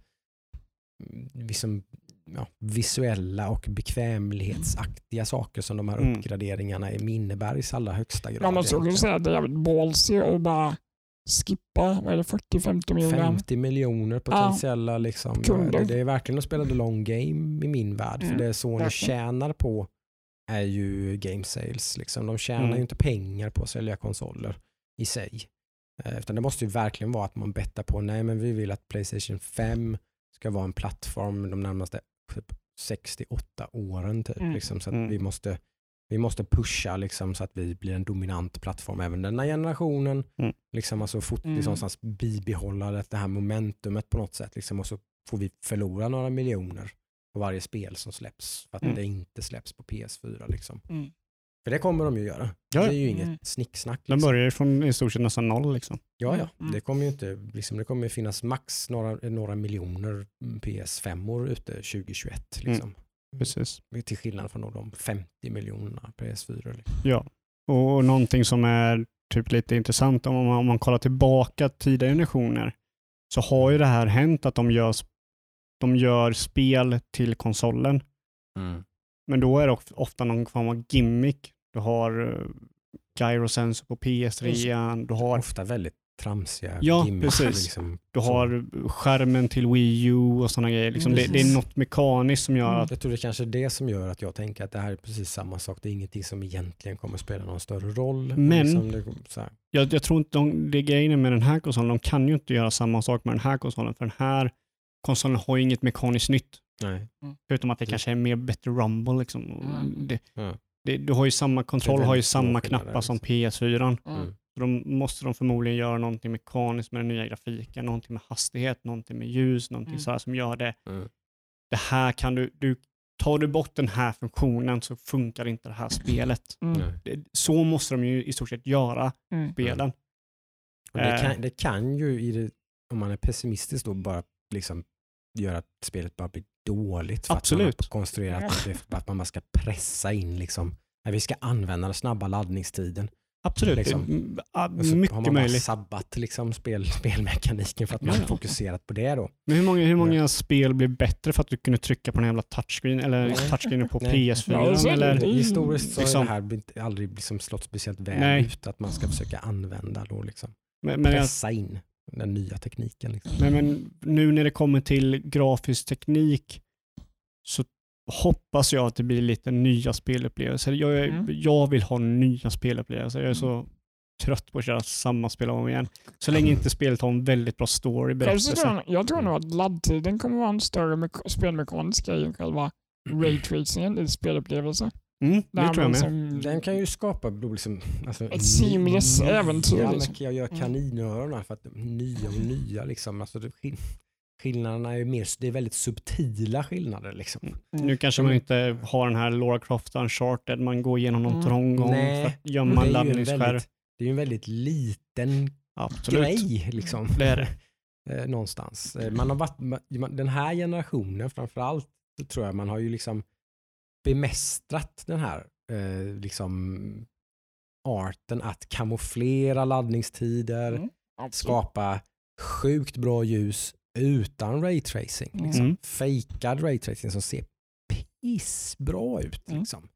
A: liksom visuella och bekvämlighetsaktiga saker som de här uppgraderingarna innebär i allra högsta grad.
B: Ja, man skulle säga att det är jävligt ballsy och bara skippa, vad är det, 40-50 miljoner?
A: 50 miljoner potentiella liksom. Det är verkligen att spela the long game i min värld, för det Sony tjänar på är ju game sales. Liksom. De tjänar ju inte pengar på att sälja konsoler i sig. Utan det måste ju verkligen vara att man bettar på, nej men vi vill att PlayStation 5 ska vara en plattform de närmaste 68 åren typ, liksom, så att vi måste Vi måste pusha liksom, så att vi blir en dominant plattform även denna generationen. Liksom, alltså, någonstans bibehålla det här momentumet på något sätt. Liksom, och så får vi förlora några miljoner på varje spel som släpps för att det inte släpps på PS4. Liksom. För det kommer de ju göra. Det är ju inget snicksnack.
C: Liksom. De börjar ju från i stort sett nästan 0. Liksom.
A: Ja. Det kommer ju inte, liksom, det kommer finnas max några miljoner PS5-or ute 2021. Liksom.
C: Precis.
A: Till skillnad från de 50 miljonerna PS4. Liksom.
C: Ja, och någonting som är typ lite intressant om man kollar tillbaka tidigare generationer, så har ju det här hänt att de gör spel till konsolen. Men då är det ofta någon form av gimmick. Du har gyrosensor på PS3. Du har
A: ofta väldigt tramsiga
C: gimmick. Precis.
A: Liksom,
C: du har skärmen till Wii U och sådana grejer. Liksom det är något mekaniskt som gör att...
A: Jag tror det kanske är det som gör att jag tänker att det här är precis samma sak. Det är ingenting som egentligen kommer spela någon större roll.
C: Men
A: liksom
C: jag tror inte det är grejen med den här konsolen. De kan ju inte göra samma sak med den här konsolen. För den här konsolen har ju inget mekaniskt nytt.
A: Nej.
C: Förutom att det kanske är mer bättre rumble. Liksom. Du har ju samma kontroll, har ju samma knappar som PS4. Så måste de förmodligen göra någonting mekaniskt med den nya grafiken. Någonting med hastighet, någonting med ljus, någonting så här som gör det. Det här kan du tar du bort den här funktionen så funkar inte det här spelet. Så måste de ju i stort sett göra spelen.
A: Och det kan ju om man är pessimistisk då bara liksom göra att spelet bara blir dåligt för
C: Absolut.
A: Att man har konstruerat att man ska pressa in liksom, när vi ska använda den snabba laddningstiden.
C: Absolut,
A: liksom.
C: Mycket
A: har man
C: möjligt.
A: Sabbat liksom spelmekaniken för att man har fokuserat på det då.
C: Men hur många spel blir bättre för att du kunde trycka på en jävla touchscreen eller touchscreen på PS4? Eller,
A: historiskt så
C: liksom,
A: har det här aldrig liksom slått speciellt väl ut att man ska försöka använda då liksom. Pressa in den nya tekniken. Liksom.
C: Men nu när det kommer till grafisk teknik så hoppas jag att det blir lite nya spelupplevelser. Jag vill ha nya spelupplevelser. Jag är så trött på att köra samma spel om igen. Så länge inte spelet har en väldigt bra story.
B: Jag tror nog att laddtiden kommer vara en större spelmekanisk grej än själva raytracingen i spelupplevelser.
C: Det tror jag med.
A: Den kan ju skapa liksom,
B: ett seamless äventyr.
A: Liksom. Jag gör kaninöronen för att nya liksom. Alltså skillnaderna är mer, det är väldigt subtila skillnader liksom.
C: Nu kanske man inte har den här Lara Croft Uncharted, man går igenom någon trång gång för att gömma en laddningsskärm. Det
A: är ju en väldigt liten grej liksom.
C: Det är det.
A: Någonstans. Man har varit, den här generationen framförallt tror jag man har ju liksom bemästrat den här liksom arten att kamouflera laddningstider, skapa sjukt bra ljus utan raytracing. Liksom. Fejkad raytracing som ser pissbra ut. Liksom.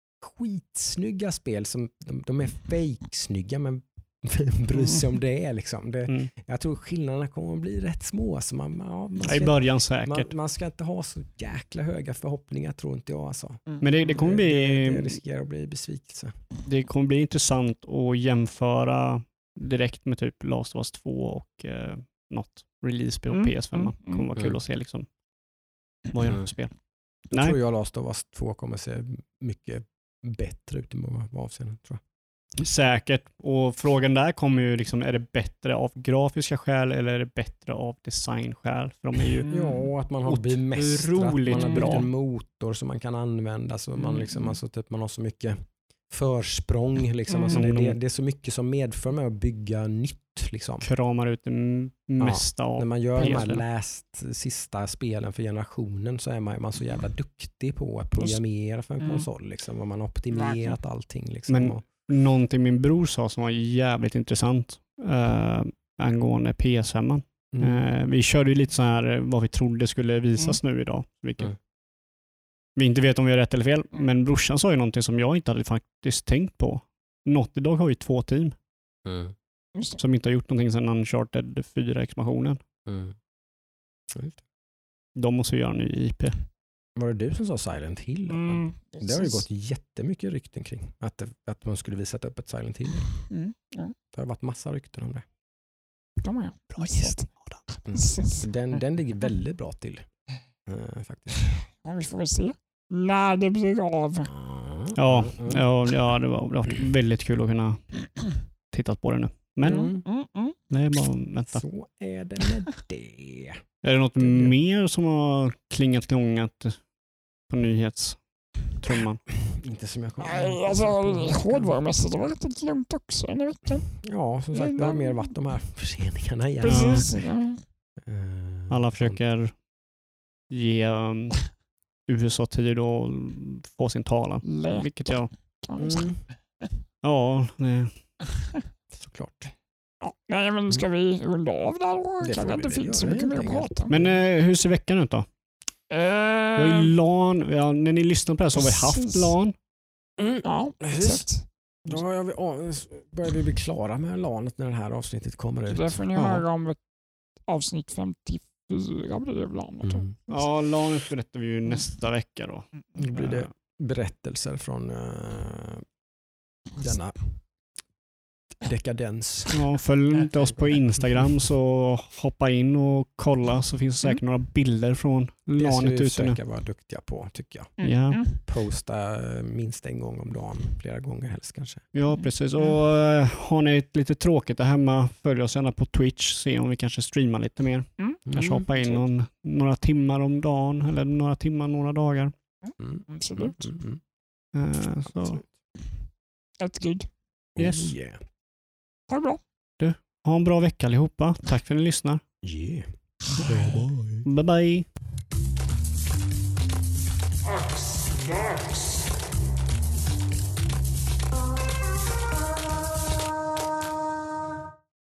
A: Skitsnygga spel som de är fejksnygga men bryr sig om det. Liksom. Jag tror skillnaderna kommer att bli rätt små. Så man ska,
C: i början säkert.
A: Man ska inte ha så jäkla höga förhoppningar tror inte jag. Alltså.
C: Men det kommer bli...
A: Det riskerar att bli besvikelse.
C: Det kommer bli intressant att jämföra direkt med typ Last of Us 2 och något release-spel på PS5. Det kommer vara kul att se liksom, vad gör det för spel.
A: Jag tror jag Last of Us 2 kommer se mycket bättre ut i många avseenden, tror jag.
C: Säkert. Och frågan där kommer ju liksom, är det bättre av grafiska skäl eller är det bättre av designskäl? För de är ju
A: att man har bemästrat, man har byggt en motor som man kan använda så man liksom, alltså typ man har så mycket försprång liksom. Alltså det är så mycket som medför med att bygga nytt liksom.
C: Kramar ut det mesta av
A: när man gör de här sista spelen för generationen så är man så jävla duktig på att programmera för en konsol liksom, och man har optimerat allting liksom.
C: Men någonting min bror sa som var jävligt intressant angående PS5. Vi körde ju lite så här vad vi trodde skulle visas nu idag. Vilket vi inte vet om vi har rätt eller fel. Men brorsan sa ju någonting som jag inte hade faktiskt tänkt på. Naughty Dog har ju 2 team. Som inte har gjort någonting sedan Uncharted 4-expansionen. De måste ju göra en ny IP.
A: Var det du som sa Silent Hill? Det har ju gått jättemycket rykten kring. Att man skulle visa upp ett Silent Hill. Det har varit massa rykten om det.
B: Bra gäst.
A: Den ligger väldigt bra till. Faktiskt.
B: Ja, vi får väl se. När det blir av.
C: Ja, det var väldigt kul att kunna titta på det nu. Men det är bara vänta.
A: Så är det med det.
C: Är det något mer som har klingat långat på nyhetstrumman?
A: Inte som jag kommer
B: Nej, alltså hårdvarumässigt var det lite lugnt också den veckan.
A: Ja, som sagt, det har mer varit de här förseningarna igen.
B: Precis.
C: Alla försöker ge USA tid att få sin talan. Vilket jag... Ja, det...
A: Såklart.
B: Ja, nej, men ska vi runda av där då? Det kanske inte finns så mycket mer att prata.
C: Men hur ser veckan ut då? Vi har ju LAN. När ni lyssnar på det här så har vi haft LAN.
B: Ja,
A: precis. Då börjar vi bli klara med LANet när det här avsnittet kommer ut.
B: Det får ni höra om avsnitt 54 blir det LANet.
C: Ja, LANet berättar vi ju nästa vecka då.
A: Då blir det berättelser från denna dekadens.
C: Ja, följ inte oss på Instagram så hoppa in och kolla så finns det säkert några bilder från LANet ute nu. Det ska vi försöka vara duktiga på tycker jag. Ja.
A: Posta minst en gång om dagen, flera gånger helst kanske.
C: Ja, precis. Och har ni ett lite tråkigt där hemma, följ oss gärna på Twitch, se om vi kanske streamar lite mer. Kanske hoppa in några timmar om dagen eller några timmar, några dagar.
B: Absolut.
C: Så.
B: That's good.
C: Yes.
A: Yeah.
B: Ha det bra.
C: Du, ha en bra vecka allihopa. Tack för att ni lyssnar.
A: Yeah.
C: Bye bye.
D: X-Max.